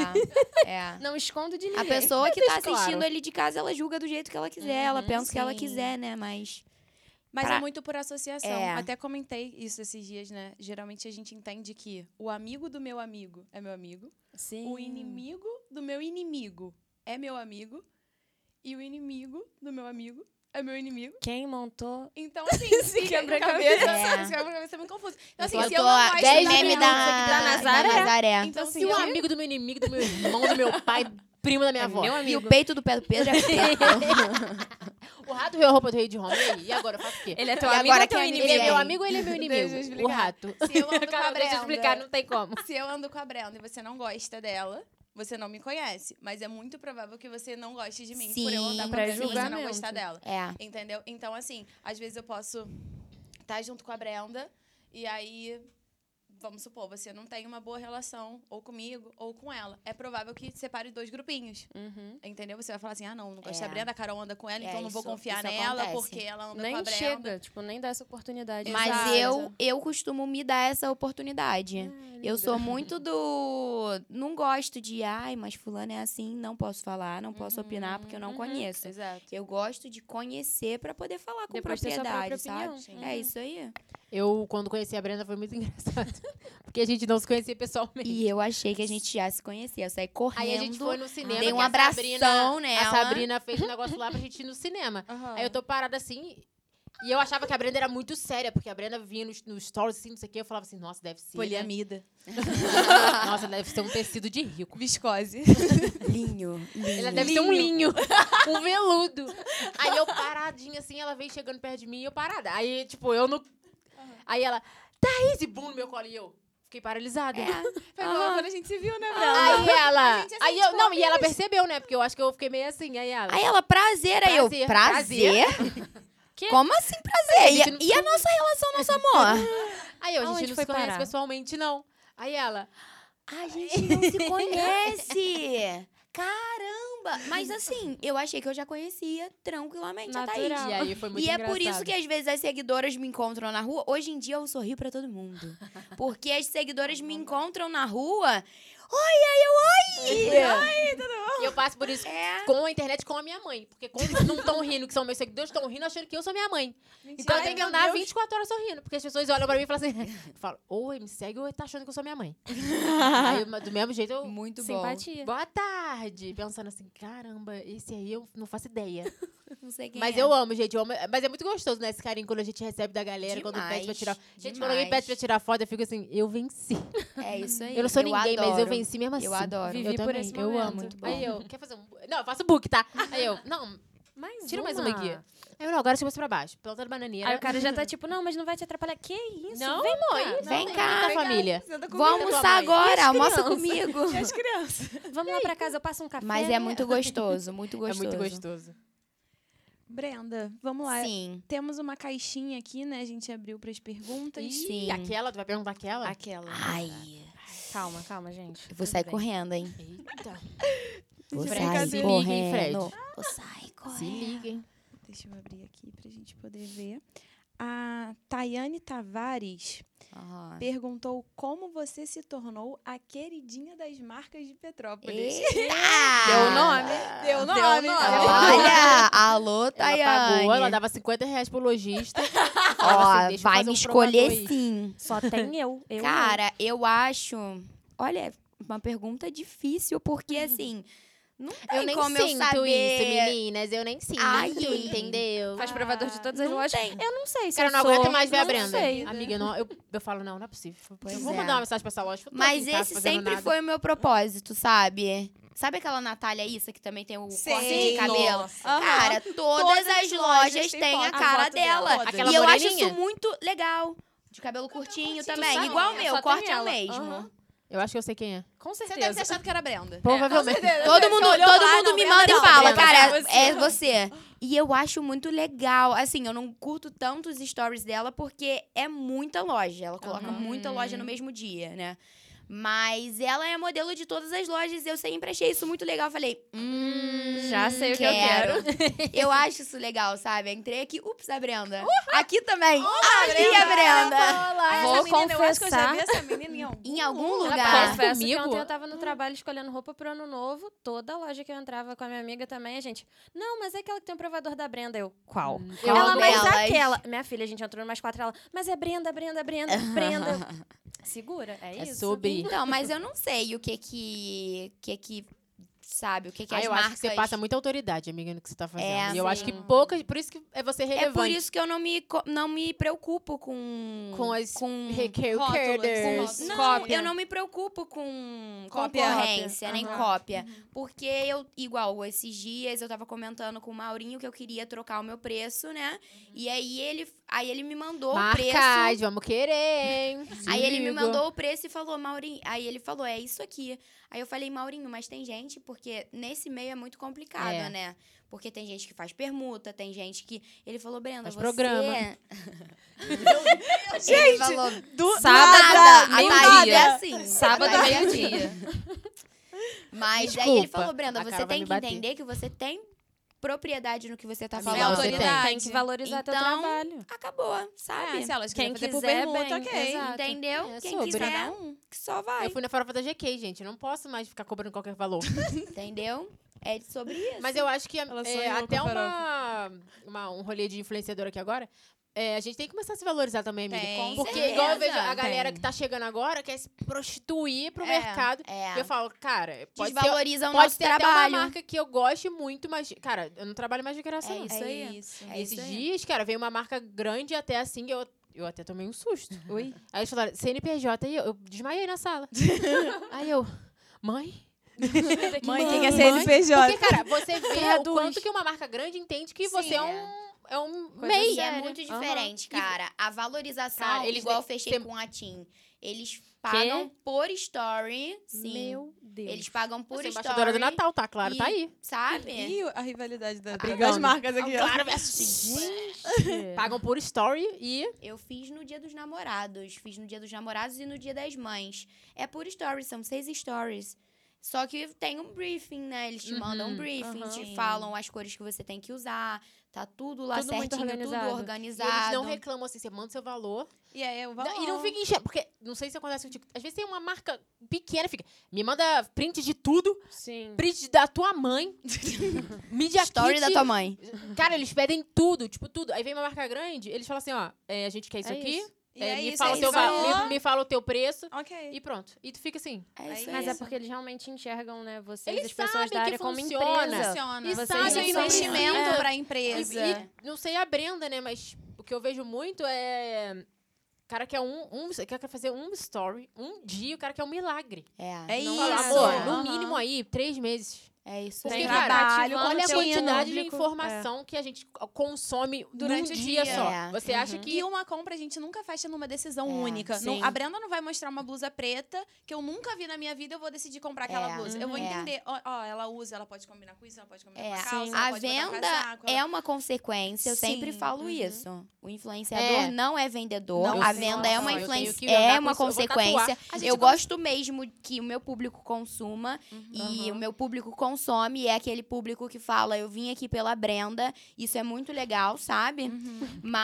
É. É. não escondo de ninguém. A pessoa que deixa tá assistindo claro. ali de casa, ela julga do jeito que ela quiser. ela Uhum, pensa o que ela sim. quiser, né? Mas... Mas Pra- é muito por associação. É. Até comentei isso esses dias, né? Geralmente a gente entende que o amigo do meu amigo é meu amigo, Sim. o inimigo do meu inimigo é meu amigo e o inimigo do meu amigo é meu inimigo. Quem montou... Então, assim, Esse fica quebra-cabeça. cabeça, É. sabe? Esse quebra-cabeça é muito confuso. Então, assim, eu se tô eu não gosto dez da meme minha da, música, da Nazaré. da Nazaré. Então, Se assim, o eu- amigo do meu inimigo, do meu irmão, do meu pai, primo da minha É avó. meu E amigo. o peito do pé do Pedro é preto. O rato viu a roupa do rei de Roma. E aí? E agora eu faço o quê? Ele é teu E amigo agora ou teu quem é inimigo? Ele é meu Ninguém. amigo ou ele é meu Deixa eu inimigo? explicar. O rato. Se eu ando com a Cara, deixa eu Brenda, explicar, não tem como. se eu ando com a Brenda e você não gosta dela, você não me conhece. Mas é muito provável que você não goste de mim por eu andar com Sim, a pra Brenda e você não julgamento. gostar dela. É. Entendeu? Então, assim, às vezes eu posso estar junto com a Brenda e aí, vamos supor, você não tem uma boa relação ou comigo ou com ela. É provável que separe dois grupinhos. Uhum. Entendeu? Você vai falar assim, ah, não, não gosto É. da Brenda, a Carol anda com ela, É, então eu não vou isso- confiar isso nela acontece. porque ela anda com a Nem Brenda. chega, tipo, nem dá essa oportunidade. Mas Exato. eu, eu costumo me dar essa oportunidade. Eu sou muito do... Não gosto de, ai, mas fulano é assim, não posso falar, não posso opinar porque eu não uhum. conheço. Exato. Eu gosto de conhecer pra poder falar com Depois ter sua própria propriedade, sabe? opinião. É Uhum. isso aí. Eu, quando conheci a Brenda, foi muito engraçado. Porque a gente não se conhecia pessoalmente. E eu achei que a gente já se conhecia. Eu saí correndo. Aí a gente foi no cinema. dei que um a abração Sabrina, nela. A Sabrina fez um negócio lá pra gente ir no cinema. Aham. Aí eu tô parada assim. E eu achava que a Brenda era muito séria, porque a Brenda vinha nos, nos stories assim, não sei o quê. Eu falava assim, nossa, deve ser. Né? Poliamida. Nossa, deve ser um tecido de rico. Viscose. Linho. linho. Ela deve ser um linho, um veludo. Aí eu paradinha assim, ela veio chegando perto de mim e eu parada. Aí, tipo, eu no. Aí ela, Thaís, e bum no meu colo. E eu fiquei paralisada. Foi igual quando a gente se viu, né, Brenda? Aí ela. gente, assim, Aí eu. tipo, Não, e ela amigas. percebeu, né? Porque eu acho que eu fiquei meio assim. Aí ela. Aí ela, prazer. Aí eu, Prazer, prazer? quê? Como assim prazer? A gente E, não- e a nossa relação, nosso amor? Aí eu, a Aonde gente não foi se conhece parar? pessoalmente, não. Aí ela, A gente não se conhece. Caramba! Mas assim, eu achei que eu já conhecia tranquilamente a Thaís. Natural. e aí foi muito E é engraçado. por isso que às vezes as seguidoras me encontram na rua. Hoje em dia eu sorrio pra todo mundo. Porque as seguidoras me encontram na rua. Oi, aí eu, oi! E eu passo por isso É. com a internet com a minha mãe. Porque como não estão rindo, que são meus seguidores, estão rindo achando que eu sou minha mãe. Então eu tenho que andar vinte e quatro horas sorrindo. Porque as pessoas olham pra mim e falam assim... Eu falo, oi, me segue ou tá achando que eu sou minha mãe? Aí, eu- do mesmo jeito, eu... Muito bom. Simpatia. Boa tarde. Pensando assim, caramba, esse aí eu não faço ideia. Não sei quem Mas é. eu amo, gente. Eu amo. Mas é muito gostoso, né? Esse carinho quando a gente recebe da galera, quando pede pra Demais, tirar... Gente, quando demais. alguém pede pra tirar foto, eu fico assim, eu venci. É isso aí. Eu não sou ninguém, mas eu adoro. venci mesmo assim. Eu adoro. Vivi eu por também, esse eu momento. amo. Muito bom. Aí eu, quer fazer um... Não, eu faço book, tá? Aí eu, não, Mais tira mais uma. uma aqui. Aí eu, não, agora chama pra baixo. Planta da bananeira. Aí o cara já tá tipo, não, mas não vai te atrapalhar. Que isso? Não, Vem amor, cá. isso Vem não, cá. da Vem cá. família. Senta Vou comigo. almoçar mãe? agora, E as almoça crianças? comigo. E as crianças. Vamos lá pra casa, eu passo um café. Mas é muito gostoso, muito É gostoso. muito gostoso. Brenda, vamos lá. Sim. Temos uma caixinha aqui, né? A gente abriu para as perguntas. Sim. E aquela, tu vai perguntar aquela? Aquela. Ai, Calma, calma, gente. eu vou sair Tudo bem. correndo, hein? Eita, Vou De sair brincadeira. Se liga, hein, Fred? correndo. Vou sair se correndo. liga, hein? Deixa eu abrir aqui pra gente poder ver. A Tayane Tavares Aham. perguntou como você se tornou a queridinha das marcas de Petrópolis. Eita! Deu o nome? Deu o nome. nome. Deu Olha, alô, Ela Tayane. pagou, ela dava cinquenta reais pro lojista. Ó, Falava assim, deixa eu vai fazer me um escolher provador aí. sim. Só tem eu. eu Cara, eu acho... Olha, uma pergunta difícil, porque assim... Não tem Eu nem como eu sinto saber... isso, meninas. Eu nem sinto, Ai. entendeu? Faz provador de todas as Não lojas. tem. Eu não sei se Cara, eu eu não sou. aguento mais ver a Não Brenda. sei. Amiga, eu, não, eu, eu falo, não, não é possível. Pois eu vou é. mandar uma mensagem pra essa loja. tô Mas aqui em casa esse fazendo sempre nada. foi o meu propósito, sabe? Sabe aquela Natália Issa, que também tem o Sim. corte de cabelo? Nossa. Aham. Cara, todas, Todas as as lojas lojas têm têm a foto. cara A foto dela. dela. Aquela E eu acho moreninha? isso muito legal. De cabelo curtinho também. sabe? Igual o Só meu, o tem corte é o ela. mesmo. Aham. Eu acho que eu sei quem é. Com Você certeza. deve ter achado que era Brenda. Provavelmente. Todo mundo, olhou todo lá, mundo não, me Brenda manda e não, fala, Brenda, cara, é você. é você. E eu acho muito legal. Assim, eu não curto tanto os stories dela porque é muita loja. Ela coloca Uhum. muita loja no mesmo dia, né? Mas ela é modelo de todas as lojas. Eu sempre achei isso muito legal. Falei, hum, Já sei o que eu quero. Eu acho isso legal, sabe? Entrei aqui, ups, a Brenda. Aqui também. aqui a Brenda. Ah, Vou essa menina, eu acho que eu já confessar. vi essa menina em algum Em algum Ela lugar. parece Confesso comigo? que ontem eu tava no trabalho escolhendo roupa pro ano novo. Toda loja que eu entrava com a minha amiga também, a gente... Não, mas é aquela que tem o provador da Brenda. Eu, qual? Qual ela, mas delas? aquela. Minha filha, a gente entrou numas quatro, ela... Mas é Brenda, Brenda, Brenda, Brenda. Segura, é É isso? sobre... Então, mas eu não sei o que que... que, que sabe, o que que Ah, as eu marcas... acho que você passa muita autoridade, amiga, no que você tá fazendo. É, e eu acho que sim. poucas... Por isso que é você relevante. É por isso que eu não me, co- não me preocupo com... Com as com hackers. Com Não, Cópia. eu não me preocupo com Cópia. concorrência, nem Aham. cópia. Porque eu, igual, esses dias eu tava comentando com o Maurinho que eu queria trocar o meu preço, né? E aí ele, aí ele me mandou o preço. Marcas, vamos querer, hein? Se Aí ele me liga. mandou o preço e falou, Maurinho. Aí ele falou, é isso aqui. Aí eu falei, Maurinho, mas tem gente, porque nesse meio é muito complicado, É. né? Porque tem gente que faz permuta, tem gente que. Ele falou, Brenda, Faz você. programa. Ele falou, Do Sábado, nada, a meio-dia. Thaís é assim. Sábado, a Thaís é meio-dia. assim. Mas aí Desculpa, ele falou, Brenda, a você Carol vai tem me que bater. entender que você tem propriedade no que você tá Amiga, falando. você tem. autoridade. Tem que valorizar teu Então, trabalho. Acabou, sabe? É, se elas Quem quiserem fazer quiser, por permuta, bem, ok. exato. Entendeu? É Quem sobre. quiser, Cada um. que só vai. Eu fui na farofa da G K, gente. Eu não posso mais ficar cobrando qualquer valor. Entendeu? É sobre isso. Mas eu acho que é, Ela é, sonhou até com a uma, uma- um rolê de influenciador aqui agora. É, a gente tem que começar a se valorizar também, amiga. Tem, Porque certeza. igual eu vejo a galera Tem. que tá chegando agora quer se prostituir pro É, mercado. É. Eu falo, cara, pode ser, Desvaloriza o pode nosso ser até trabalho. uma marca que eu goste muito, mas, cara, eu não trabalho mais de graça, É não. isso É aí. isso. É Esses isso aí. dias, cara, veio uma marca grande até assim, eu, eu até tomei um susto. Oi? Aí eles falaram, C N P J, e eu, eu desmaiei na sala. Aí eu, mãe? Mãe, quem é Mãe? C N P J? Porque, cara, você vê o Traduz. quanto que uma marca grande entende que você é Sim, um... é um Coisa mês. E é sério. muito Aham. diferente, cara. A valorização, Cara, eles igual eu de- fechei tem- com a Tim, eles pagam por story, sim. Meu Deus. Eles pagam por Você é story. embaixadora do Natal, tá? Claro, e- tá aí. Sabe? E a rivalidade da, brigando. das marcas aqui. ó. Claro, gente. Pagam por story e... Eu fiz no dia dos namorados. Fiz no dia dos namorados e no dia das mães. É por stories, são seis stories. Só que tem um briefing, né? Eles te Uhum, mandam um briefing, aham. te Sim. falam as cores que você tem que usar. Tá tudo lá Tudo muito certinho, organizado. tudo E organizado. eles não reclamam assim, você manda seu valor. E aí eu vou. Não, e não fica enchendo. Porque, não sei se acontece contigo. Às vezes tem uma marca pequena, fica. Me manda print de tudo. Sim. Print da tua mãe. Media Story kit. da tua mãe. Cara, eles pedem tudo, tipo, tudo. Aí vem uma marca grande, eles falam assim, ó, é, a gente quer isso É aqui. isso. E é, é me, isso, fala é o teu isso. va- Falou. me, me fala o teu preço. Ok. E pronto. E tu fica assim. É isso Mas aí. é porque eles realmente enxergam, né, vocês, Eles as pessoas sabem da que área como funciona. empresa. Funciona. E Vocês sabe, Isso é e não- investimento é. pra E, empresa. e não sei a Brenda, né, mas o que eu vejo muito é... O cara quer, um, um, quer fazer um story, um dia, o cara quer um milagre. É. É Não isso. fala, amor, no Aham. mínimo aí, três meses. É isso Porque, aí. Tem cara, trabalho, olha a contínuo. quantidade de Público, informação que a gente consome Durante num o dia dia. só. É. Você acha Uhum. que... E uma compra a gente nunca fecha numa decisão É, única. Não- sim. a Brenda não vai mostrar uma blusa preta que eu nunca vi na minha vida, eu vou decidir comprar aquela É, blusa. Eu vou uhum. entender, ó, ó, ela usa, ela pode combinar com isso, ela pode combinar É. com a calça, Sim. ela A pode botar um venda casaco, ela- é uma consequência, eu sempre Sim, falo uhum. isso. O influenciador É. não é vendedor, Não, a sim. venda é uma Nossa, eu tenho influência, que andar é com uma isso, eu vou consequência. tatuar. A gente Eu vai- gosto mesmo que o meu público consuma e Uhum. o meu público consome, e é aquele público que fala, eu vim aqui pela Brenda, isso é muito legal, sabe? Uhum.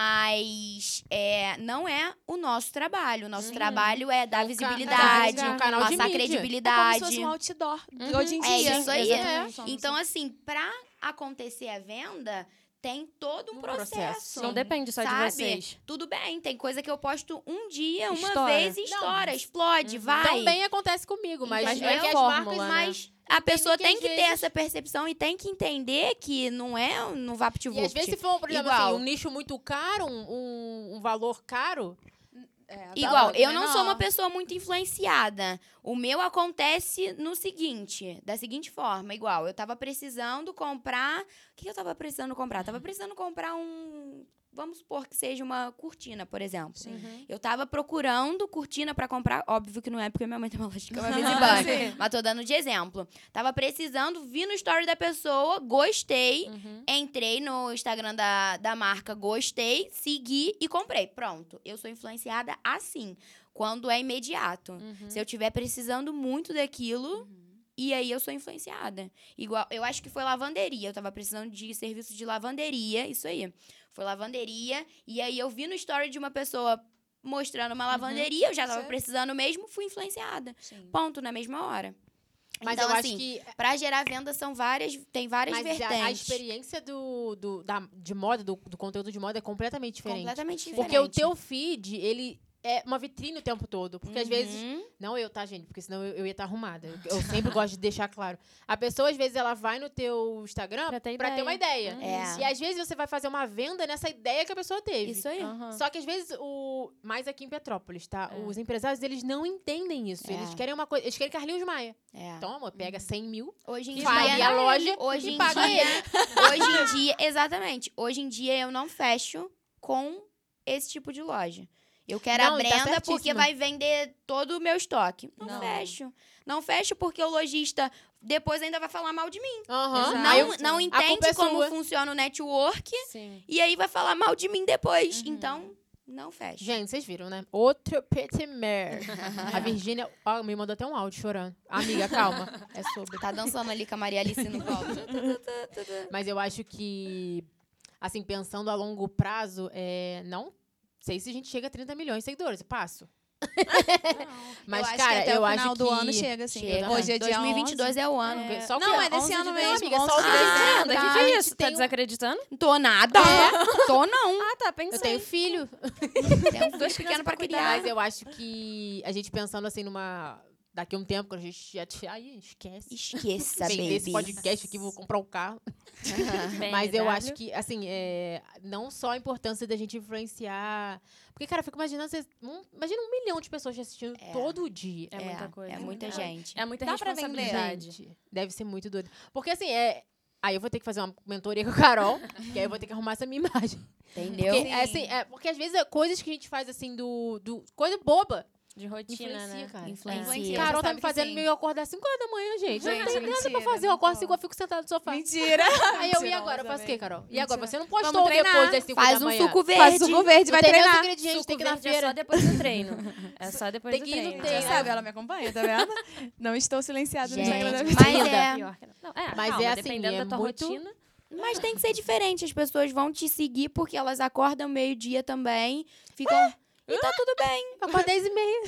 Mas é, não é o nosso trabalho. O nosso trabalho é dar É um ca- visibilidade, é um canal de passar mídia. É como se credibilidade. fosse um outdoor Uhum. hoje em É dia. isso aí. Exatamente. Então, assim, pra acontecer a venda, tem todo um Um processo. processo. Não depende só sabe? de vocês. Tudo bem, tem coisa que eu posto um dia, uma Estoura. vez e estoura, explode, vai. Também acontece comigo, mas Entendeu? é que as Fórmula, marcas... né? Mas a pessoa que, tem às que ter vezes- essa percepção e tem que entender que não é no E VaptVupt. às vezes se for, por exemplo, Igual. assim, um nicho muito caro, um, um, um valor caro... É, a Igual, dólar eu não menor. sou uma pessoa muito influenciada. O meu acontece no seguinte, da seguinte forma, igual, eu tava precisando comprar... O que eu tava precisando comprar? Tava precisando comprar um... Vamos supor que seja uma cortina, por exemplo. Uhum. Eu tava procurando cortina pra comprar. Óbvio que não é, porque minha mãe tem uma loja de cama mesa e Sim. banho. Mas tô dando de exemplo. Tava precisando, vi no story da pessoa, gostei. Uhum. Entrei no Instagram da, da marca, gostei, segui e comprei. Pronto. Eu sou influenciada assim, quando é imediato. Uhum. Se eu tiver precisando muito daquilo, e aí eu sou influenciada. Igual, eu acho que foi lavanderia. Eu tava precisando de serviço de lavanderia, isso aí. Foi lavanderia, e aí eu vi no story de uma pessoa mostrando uma lavanderia, eu já tava Certo. precisando mesmo, fui influenciada. Sim. Ponto, na mesma hora. Mas então, eu assim, acho que... pra gerar venda são várias, tem várias Mas a, vertentes. a experiência do, do, da, de moda, do, do conteúdo de moda é completamente diferente. Completamente diferente. Porque o teu feed, ele é uma vitrine o tempo todo. Porque às vezes... Uhum. Não eu, tá, gente? Porque senão eu, eu ia estar arrumada. Eu, eu sempre gosto de deixar claro. A pessoa, às vezes, ela vai no teu Instagram Pra ter pra ter uma ideia. Uhum. É. E às vezes você vai fazer uma venda nessa ideia que a pessoa teve. Isso aí. Aham. Só que às vezes, o mais aqui em Petrópolis, tá? É. Os empresários, eles não entendem isso. É. Eles querem uma coisa... Eles querem Carlinhos Maia. É. Toma, pega cem mil, Hoje em faz dia, a loja hoje e em paga dia, ele. hoje em dia, exatamente. Hoje em dia eu não fecho com esse tipo de loja. Eu quero Não, a e tá Brenda porque certíssima. vai vender todo o meu estoque. Não, Não. fecho. Não fecho porque o lojista depois ainda vai falar mal de mim. Aham. Exato. Aí Não, eu- não culpa entende é como sua. funciona o network Sim. e aí vai falar mal de mim depois. Uhum. Então, não fecho. Gente, vocês viram, né? Outro petit mer. A Virgínia ó, me mandou até um áudio chorando. Amiga, calma. É sobre. Tá dançando ali com a Maria Alice no colo. Mas eu acho que, assim, pensando a longo prazo, é, não sei se a gente chega a trinta milhões de seguidores. Eu passo. Mas, eu acho cara, que até eu o acho final do que ano chega, assim. Chega. Hoje é dia dois mil e vinte e dois é o ano. É. Só o Não, quê? é desse onze ano de mesmo. dezembro, amiga, só o onze de que dezembro. Nada, tá. que que A é gente isso? Tá tem um- desacreditando? Tô nada. Tô não. Ah, tá, pensei. Eu tenho filho. Tem um filho pequeno pra criar. Mas eu acho que a gente pensando assim numa... Daqui a um tempo, quando a gente já... te- Ai, esquece. Esqueça, Vender baby. esse podcast aqui, vou comprar um carro. B M Mas eu W. acho que, assim, é, não só a importância da gente influenciar... Porque, cara, eu fico imaginando... Vocês, um, imagina um milhão de pessoas te assistindo É. todo dia. É muita coisa. É muita É. gente. É muita Dá pra vender. responsabilidade. Gente, deve ser muito doido. Porque, assim, é, Aí eu vou ter que fazer uma mentoria com a Carol, que aí eu vou ter que arrumar essa minha imagem. Entendeu? Porque, é, assim, é, porque às vezes é coisas que a gente faz assim do. do coisa boba. De rotina, Influencia, né? cara. Influencia. Carol tá sabe me que fazendo sim. meio acordar às cinco horas da manhã, gente. Gente, não tem nada mentira, pra fazer. Eu não acordo rola. cinco, eu fico sentada no sofá. Mentira. Aí eu, e Mentirosa, agora? Eu faço o quê, velho. Carol? E agora? Mentira. Você não postou Vamos treinar. depois das cinco Faz da um manhã. suco Faz verde. suco verde, vai Não tem nem os treinar. ingredientes, Suco tem que ir na verde é feira. só depois do treino. É só depois Tem do que ir no treino. treino. Já sabe, ela me acompanha, tá vendo? Não estou silenciada no Gente, Instagram da mas vida. é- Pior que não. Não, é, Mas calma, é assim, dependendo é da tua muito- rotina. Mas tem que ser diferente. As pessoas vão te seguir porque elas acordam meio-dia também. Ficam. E tá tudo bem. Eu acordo dez e meia.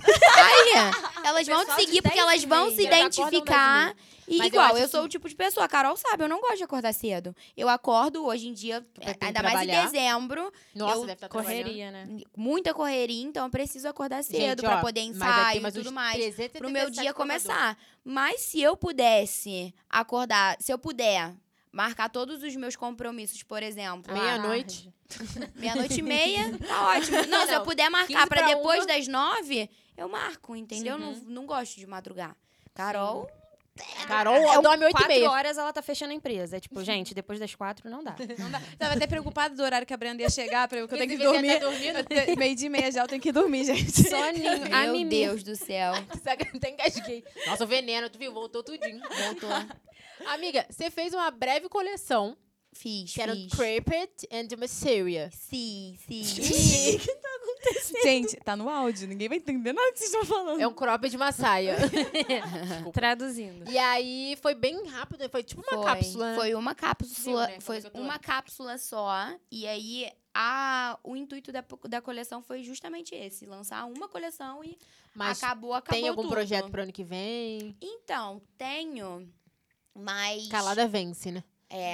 Aí, elas vão te Pessoal de seguir porque dez elas e vão meia. se Elas acordam identificar. E Mas eu igual, acho eu, sou que- o tipo de pessoa, a Carol sabe, eu não gosto de acordar cedo. Eu acordo hoje em dia, Pra ter que ainda mais em trabalhar. dezembro, Nossa, Eu- deve estar trabalhando. Correria, né? muita correria, então eu preciso acordar cedo Gente, pra ó, poder mas vai ter ensaio e mais uns tudo mais. trezentos e setenta Pro e meu sete dia provadores. começar. Mas se eu pudesse acordar, se eu puder marcar todos os meus compromissos, por exemplo, Meia-noite. meia-noite e meia, tá ótimo. Não, se eu Não, puder marcar quinze pra pra depois uma. das nove, eu marco, entendeu? Sim. Não, não gosto de madrugar. Carol, Carol É um dorme oito e Quatro meia. horas ela tá fechando a empresa. É tipo, gente, depois das quatro não dá. Não dá. Tava até preocupada do horário que a Brenda ia chegar, pra eu, que eu tenho que Esse bebê dormir. tá dormindo. Eu te- Meio dia e meia já, eu tenho que dormir, gente. Soninho. A meu Mimi. Deus do céu. Sabe que até engasguei. Nossa, o veneno, tu viu? Voltou tudinho. Voltou. Amiga, você fez uma breve coleção, Fiz, que era fiz. Crepet and Masseria. Sim, sim. E Gente, tá no áudio, ninguém vai entender nada que vocês estão falando. é um cropped de uma saia. Traduzindo. E aí foi bem rápido, foi tipo uma Foi. cápsula, né? Foi uma cápsula, Viu, né, foi como é que eu tô? uma cápsula só. E aí a, o intuito da, da coleção foi justamente esse, lançar uma coleção e Mas acabou, acabou tem algum tudo. projeto pro ano que vem? Então, tenho, mas Calada vence, né? é,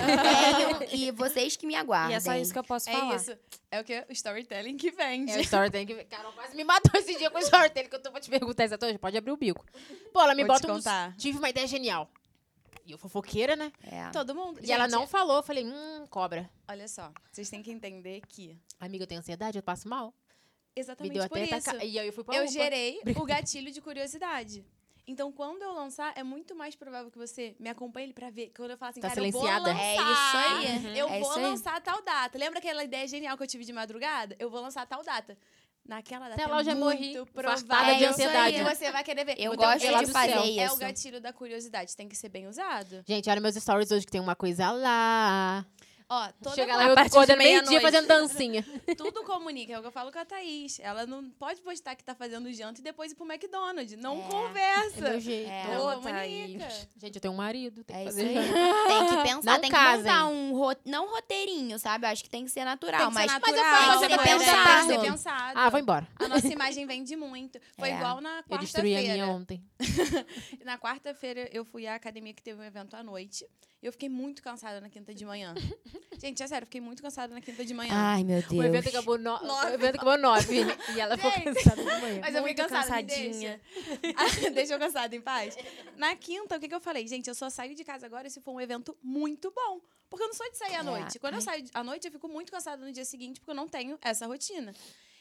tenho e vocês que me aguardem. E é só isso que eu posso É falar. isso. É o que? O storytelling que vende. É o storytelling que... Carol quase me matou esse dia com o storytelling, que eu tô pra te perguntar isso hoje. Pode abrir o bico. Pô, ela me Vou te bota um... contar. Tive uma ideia genial. E eu fofoqueira, né? É. Todo mundo. E ela Gente, não falou. Eu falei, hum, cobra. Olha só, vocês têm que entender que Amiga, eu tenho ansiedade, eu passo mal. Me exatamente deu por até... isso. Taca... E aí eu fui pra Eu UPA. gerei o gatilho de curiosidade. Então, quando eu lançar, é muito mais provável que você me acompanhe pra ver. Quando eu falo assim, Tá cara, eu vou silenciada? lançar. É isso aí. Eu É vou isso aí. lançar tal data. Lembra aquela ideia genial que eu tive de madrugada? Eu vou lançar tal data. Naquela data Até lá eu já é morri, muito infartada provável de ansiedade. que você vai querer ver. Eu Então, gosto de esse fazer É isso. o gatilho da curiosidade. Tem que ser bem usado. Gente, olha meus stories hoje que tem uma coisa lá. Ó, toda Chega co- lá, A eu partir de acordando meio-dia meia-noite. fazendo dancinha. tudo comunica. É o que eu falo com a Thaís. Ela não pode postar que tá fazendo janta e depois ir pro McDonald's. Não É. conversa. É meu jeito. É. Não Não, comunica. Thaís. Gente, eu tenho um marido, tem É que isso fazer aí. janta. Tem que pensar, Não tem casem. que montar um ro... não roteirinho, sabe? Eu acho que tem que ser natural, Tem que ser mas natural. Mas eu faço tem que essa ser pergunta pensado. Tem que ser pensado. Ah, vou embora. A nossa imagem vende muito. Foi É. igual na Eu destruí a minha quarta-feira. ontem. Na quarta-feira eu fui à academia que teve um evento à noite. E eu fiquei muito cansada na quinta de manhã. Gente, é sério, eu fiquei muito cansada na quinta de manhã. Ai, meu O evento Deus. acabou no... Nove. o evento acabou nove. E ela ficou Gente. cansada de manhã. Mas eu fiquei Muito cansada, me cansadinha. deixa. Ah, deixa eu cansada em paz. Na quinta, o que, que eu falei? Gente, eu só saio de casa agora se for um evento muito bom. Porque eu não sou de sair à É. noite. Quando eu Ai. saio à noite, eu fico muito cansada no dia seguinte, porque eu não tenho essa rotina.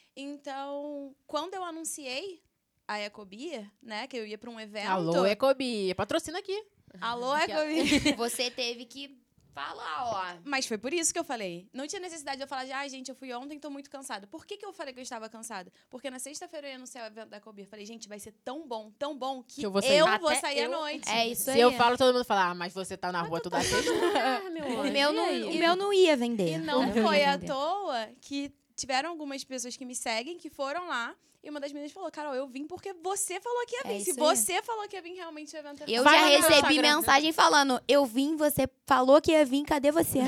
Então, quando eu anunciei a Ecobia, né, que eu ia pra um evento... Alô, Ecobi. Patrocina aqui. Alô, Ecobia. Você teve que falar, ó. Mas foi por isso que eu falei. Não tinha necessidade de eu falar de, ai, gente, eu fui ontem e tô muito cansada. Por que, que eu falei que eu estava cansada? Porque na sexta-feira eu ia anunciar o evento da Cobir. Falei, gente, vai ser tão bom, tão bom, que, Que eu vou sair. vou Até sair à eu- noite. É isso Se aí. eu falo, todo mundo fala, ah, mas você tá na rua toda sexta. Ah, meu O anjo, meu e não, aí? o meu não ia vender. E não O meu foi ia à vender. toa que tiveram algumas pessoas que me seguem, que foram lá. E uma das meninas falou, Carol, eu vim porque você falou que ia vir. É Se isso aí. você falou que ia vir, realmente o evento é Eu Vai já lá no meu recebi Instagram. mensagem falando, eu vim, você falou que ia vir, cadê você?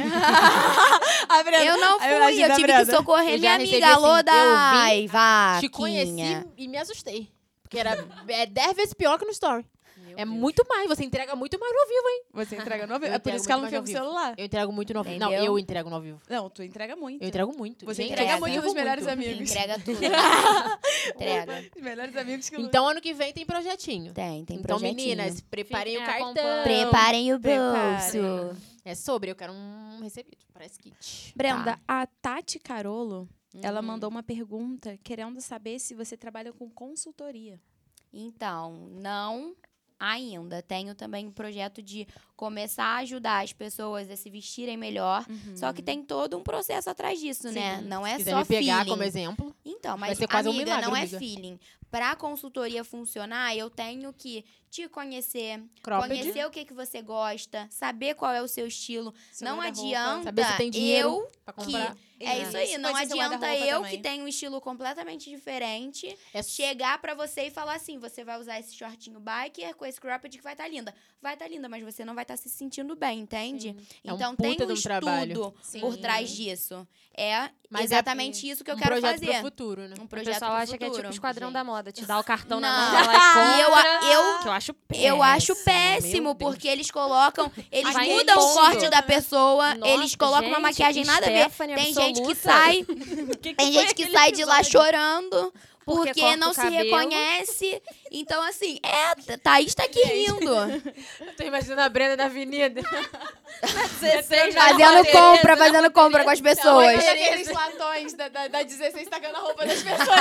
A Brenda- Eu não a imagem fui, eu da tive Brenda. que socorrer Eu minha já amiga. recebi Alô, assim, eu Dai, vaquinha. Te conheci e me assustei. Porque era é dez vezes pior que no story. Meu é Deus. muito mais. Você entrega muito mais no ao vivo, hein? Você entrega no ao Eu vivo. É por entrego isso que ela não muito fica mais com o ao vivo. celular. Eu entrego muito no ao vivo. Não, Entendeu? eu entrego no ao vivo. Não, tu entrega muito. Eu entrego muito. Você Gente, entrega eu muito vivo nos melhores muito. amigos. Entrega tudo. Entrega. Os melhores amigos que Então, ano que vem tem projetinho. Tem, tem Então, projetinho. meninas, preparem Fiquem o cartão. acompanhando. Preparem o Preparem. bolso. É sobre, eu quero um recebido. Parece kit. Brenda, Tá. a Tati Carolo, ela Uhum. mandou uma pergunta querendo saber se você trabalha com consultoria. Então, não ainda. Tenho também um projeto de começar a ajudar as pessoas a se vestirem melhor. Uhum. Só que tem todo um processo atrás disso, né? Não é Se quiser só me pegar feeling. como exemplo, Então, vai mas, ser quase um amiga, milagre, não é amiga. feeling. Pra consultoria funcionar, eu tenho que te conhecer, cropped. conhecer o que, que você gosta, saber qual é o seu estilo. Seu não guarda-roupa. adianta Saber se tem dinheiro eu pra que... comprar. É isso aí, Isso não pode ser seu adianta guarda-roupa eu também. que tenho um estilo completamente diferente É chegar pra você e falar assim, você vai usar esse shortinho biker com esse cropped que vai estar linda. Vai estar linda, mas você não vai estar se sentindo bem, entende? É um Então puta tem de um um estudo trabalho. por Sim. trás disso. É Mas é exatamente isso que eu um quero projeto fazer. pro futuro, né? Um O projeto pessoal pro acha que é futuro. tipo esquadrão Gente. da moda. Te dá o cartão na Não. mão, ela é E eu, compra. eu, Que eu acho péssimo. eu acho péssimo, meu Deus. porque eles colocam, eles Vai mudam o impondo. corte da pessoa, Nossa, eles colocam uma gente, maquiagem nada a ver. Stephanie Tem gente que absoluta. sai, Que que tem foi gente que aquele sai de lá episódio? chorando. Porque Porque, corta não o se cabelo. reconhece. Então, assim, é, Thaís tá aqui rindo. Eu tô imaginando a Brenda na avenida. dezesseis Fazendo compra, fazendo compra com as pessoas. Olha aqueles latões da, da, da dezesseis tacando a roupa das pessoas.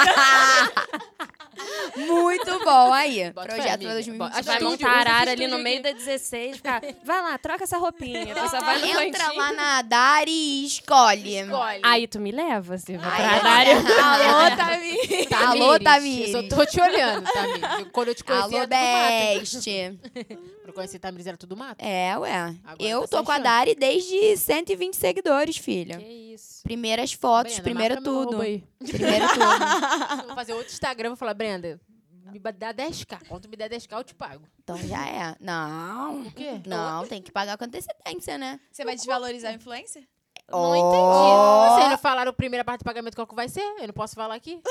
Muito bom. Aí, Bota fé, projeto amiga. pra dois mil e vinte e Bota- Vai Estúdio, montar usa arara esse ali no estúdio meio aqui. da dezesseis, ficar, vai lá, troca essa roupinha. Aí você vai no Entra cantinho. lá na Dari e escolhe. Escolhe. Aí tu me leva, Silvia, Ai, pra ai, Dária. Alô, Tamir. Alô, Tamires. Eu só tô te olhando, Tamires. Eu- Quando eu te conheci, Alô, era tudo mato. best. Quando eu conheci Tamires, era tudo mato. É, ué. Agora eu tá tô sem com a chance. Dari desde cento e vinte seguidores, filha. Que isso. Primeiras fotos, Brenda, primeiro marca meu tudo. arroba aí. Primeiro tudo. Eu vou fazer outro Instagram, vou falar, Brenda, me dá dez k. Quando tu me der dez k, eu te pago. Então já é. Não. O quê? Não, tem que pagar com antecedência, né? Você vai desvalorizar a influencer? Não Oh. entendi. Vocês não falaram a primeira parte do pagamento qual que vai ser? Eu não posso falar aqui?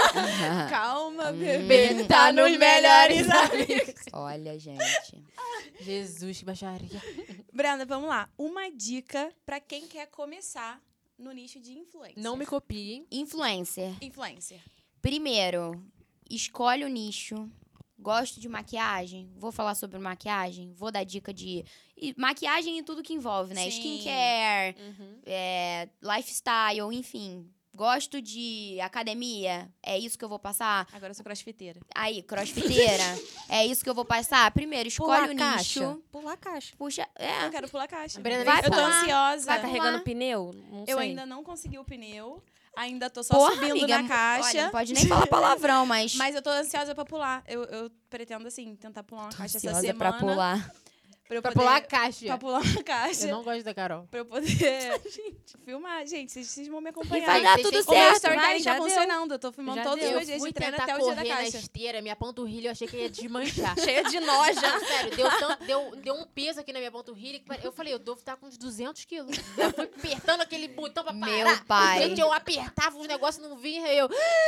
Calma, Hum. bebê. Tá nos melhores amigos. Olha, gente. Jesus, que baixaria. Brenda, vamos lá. Uma dica pra quem quer começar no nicho de influencer. Não me copiem. Influencer. Influencer. Primeiro, escolhe o nicho. Gosto de maquiagem. Vou falar sobre maquiagem. Vou dar dica de e maquiagem e tudo que envolve, né? Sim. Skincare, Uhum. é, lifestyle, enfim. Gosto de academia. É isso que eu vou passar. Agora eu sou crossfiteira. Aí, crossfiteira. É isso que eu vou passar. Primeiro, escolhe o nicho. Pular a caixa. Puxa. Eu É. quero pular a caixa. A Brenda Vai nem eu tô sabe. pular. ansiosa. Vai Tá pular. carregando pneu? Não Eu sei. ainda não consegui o pneu. Ainda tô só Porra, subindo amiga, na caixa. Olha, não pode nem falar palavrão, mas... Mas eu tô ansiosa pra pular. Eu, eu pretendo, assim, tentar pular uma caixa essa ansiosa semana. pra pular. Pra, eu Pra poder, pular a caixa. Pra pular uma caixa. Eu não gosto da Carol. Pra eu poder filmar. Gente, vocês, vocês vão me acompanhar. E vai dar Vocês tudo têm O que- meu certo. storytelling vai, já tá deu. funcionando. Eu tô filmando Já todos deu. os Eu meus dias fui de treino tentar até o dia da correr na caixa. esteira, minha panturrilha, eu achei que ia desmanchar. Cheia de nós já. Não, sério, deu, tanto, deu, deu um peso aqui na minha panturrilha que pare- eu falei, eu devo estar com uns duzentos quilos. Eu fui apertando aquele botão pra parar. Meu pai. Gente, eu apertava, os negócios não vinham, aí eu...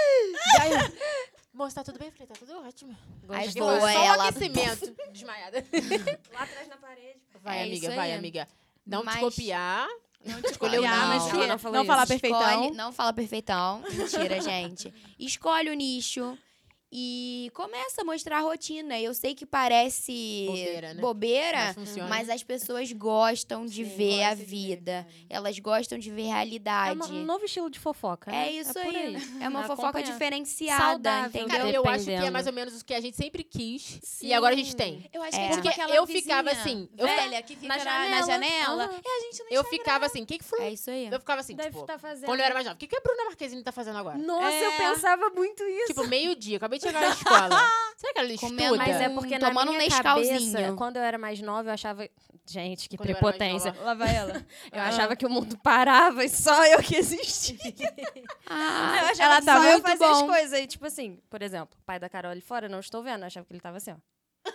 Aí eu... Moça, tá tudo bem? Eu falei, tá tudo ótimo. Aí Acho que voa foi só ela. um aquecimento. Desmaiada. Lá atrás na parede. Vai, É amiga, isso vai, aí. amiga. Não Mas- te copiar. Não te Escolheu copiar, não. mas Não, que- ela não, falou falar isso. perfeitão. Escolhe, não fala perfeitão. Mentira, gente. Escolhe o nicho e começa a mostrar a rotina. Eu sei que parece Bobeira, né? bobeira, Mas funciona. mas as pessoas gostam de Sim, ver a gosta de ver, vida. Elas gostam de ver É realidade. uma- um novo estilo de fofoca, É né? isso por aí. É uma fofoca Acompanhar. diferenciada, Saudável. entendeu? Cara, eu acho que é Dependendo. mais ou menos o que a gente sempre quis. Sim. E agora a gente tem. Eu acho É. que é Porque tipo aquela eu vizinha ficava assim, eu velha que fica na na, janela. na janela. Aham. É a gente no Eu ficava assim, o que que fulano... É isso aí. Eu ficava assim, Deve tipo... estar fazendo. Quando eu era mais nova, o que que a Bruna Marquezine tá fazendo agora? Nossa, É. eu pensava muito isso. Tipo, meio-dia, acabei de chegar na escola. Será que ela Comendo estuda? Mas é Um- porque tomando na um minha Nescauzinho. cabeça, quando eu era mais nova, eu achava... Gente, que Quando eu era mais prepotência. nova. Lá vai ela. Eu achava que o mundo parava e só eu que existia. Ah, eu achava ela que tá só eu muito fazia as bom. coisas. E, tipo assim, por exemplo, o pai da Carol ali fora, eu não estou vendo. Eu achava que ele tava assim, ó.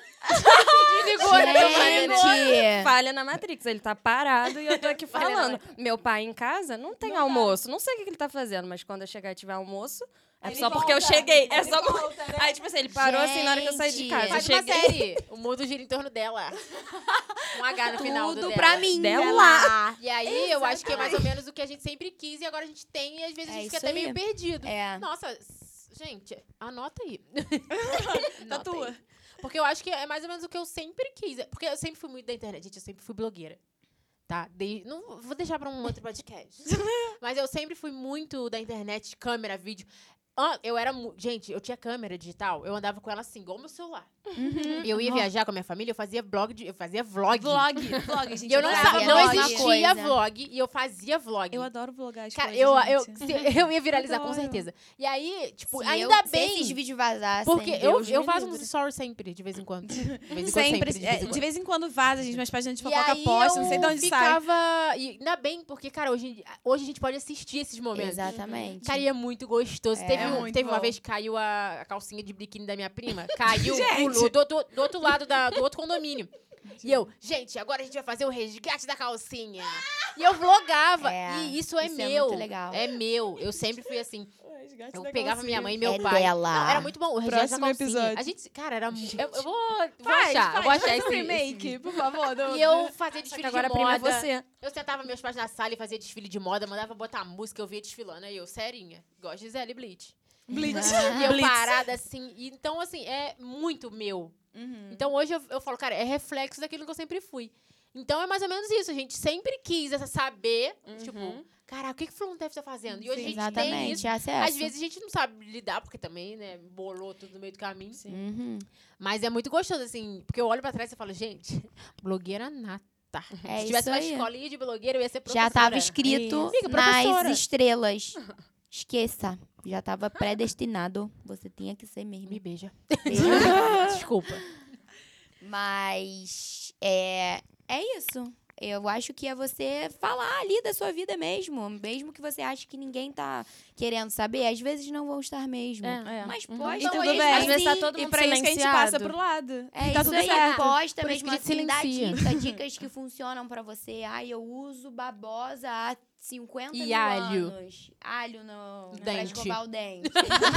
Desligou, né? gente. Falha na Matrix. Ele tá parado e eu tô aqui Falha na falando. Meu pai em casa não tem Não almoço. Não sei o que que ele tá fazendo, mas quando eu chegar e tiver almoço, é Ele só porque eu volta. cheguei. É Ele só por... volta, né? Aí, tipo assim, ele parou assim na hora que eu saí de Gente. casa. Eu Faz uma cheguei. série. O mundo gira em torno dela. Um H no final do Tudo dela. pra mim. Dela. E aí, eu acho que é mais ou menos o que a gente sempre quis e agora a gente tem e às vezes a É gente fica isso até aí. meio perdido. É. Nossa, s- gente, anota aí. Da Anota tua. aí. Porque eu acho que é mais ou menos o que eu sempre quis. Porque eu sempre fui muito da internet. Gente, eu sempre fui blogueira. Tá? De- não vou deixar pra um outro podcast. Mas eu sempre fui muito da internet, câmera, vídeo. ah, eu era... mu- Gente, eu tinha câmera digital, eu andava com ela assim, igual o meu celular. Uhum. Eu ia Nossa. viajar com a minha família, eu fazia vlog, de, eu fazia vlog. Vlog, vlog, gente. E eu não, adorava sabia, fazia não a mesma existia coisa. vlog, e eu fazia vlog. Eu adoro vlogar as Cara, coisas, eu, eu, gente. se- eu ia viralizar, com Adoro. certeza. E aí, tipo, Se ainda eu, bem... Se esses vídeos vazassem, Porque eu, Deus eu me faço uns livre. stories sempre, de vez em quando. De vez em quando, Sempre. de é, vez em De quando. vez em quando vaza, gente, umas páginas de E fofoca aí posta, não sei de eu onde sai. ficava... E ainda bem, porque, cara, hoje, hoje a gente pode assistir esses momentos. Exatamente. Cara, e é muito gostoso. É. Teve, É um- muito teve uma bom. vez que caiu a, a calcinha de biquíni da minha prima. Caiu Gente. do, do, do, do outro lado da, do outro condomínio. E eu, gente, agora a gente vai fazer o resgate da calcinha. E eu vlogava. É, e isso é isso é meu. muito legal. É meu. Eu sempre fui assim. Eu pegava minha mãe e meu É pai. dela. Não, era muito bom. O resgate da Próximo calcinha. episódio. A gente, cara, era muito. Eu, eu vou, vou Faz, achar. eu vou faz, achar faz esse um remake, por favor. do- E eu fazia Só desfile que agora de a prima é moda. você. Eu sentava meus pais na sala e fazia desfile de moda, mandava botar música, eu via desfilando. Aí eu, serinha, igual a Gisele Blitz. Blitz. E eu Blitz. parada assim. E então, assim, é muito meu. Uhum. Então hoje eu, eu falo, cara, é reflexo daquilo que eu sempre fui. Então é mais ou menos isso. A gente sempre quis essa saber, tipo, caraca, o que que o fulano deve estar fazendo? E hoje Sim, a gente Exatamente. tem isso. acesso. Às vezes a gente não sabe lidar, porque também, né, bolou tudo no meio do caminho. Uhum. Mas é muito gostoso, assim, porque eu olho pra trás e falo, gente, blogueira nata. É Se tivesse isso uma aí. escolinha de blogueira, eu ia ser professora. Já estava escrito Amiga, professora. nas estrelas. Esqueça. Já estava predestinado. Você tinha que ser mesmo. Me beija. Beijo. Desculpa. Mas é, é isso. Eu acho que é você falar ali da sua vida mesmo. Mesmo que você ache que ninguém tá querendo saber. Às vezes não vão estar mesmo. É. Mas Uhum. posta E tudo mesmo bem. Às vezes tá assim. todo E mundo pra isso que a gente silenciado. passa pro lado. É E tá isso tudo aí, certo. posta Por isso mesmo que a gente assim, dá silencia. dica, dicas que funcionam pra você. Ai, eu uso babosa há cinquenta E mil alho. anos. Alho no, No pra dente. escovar o dente.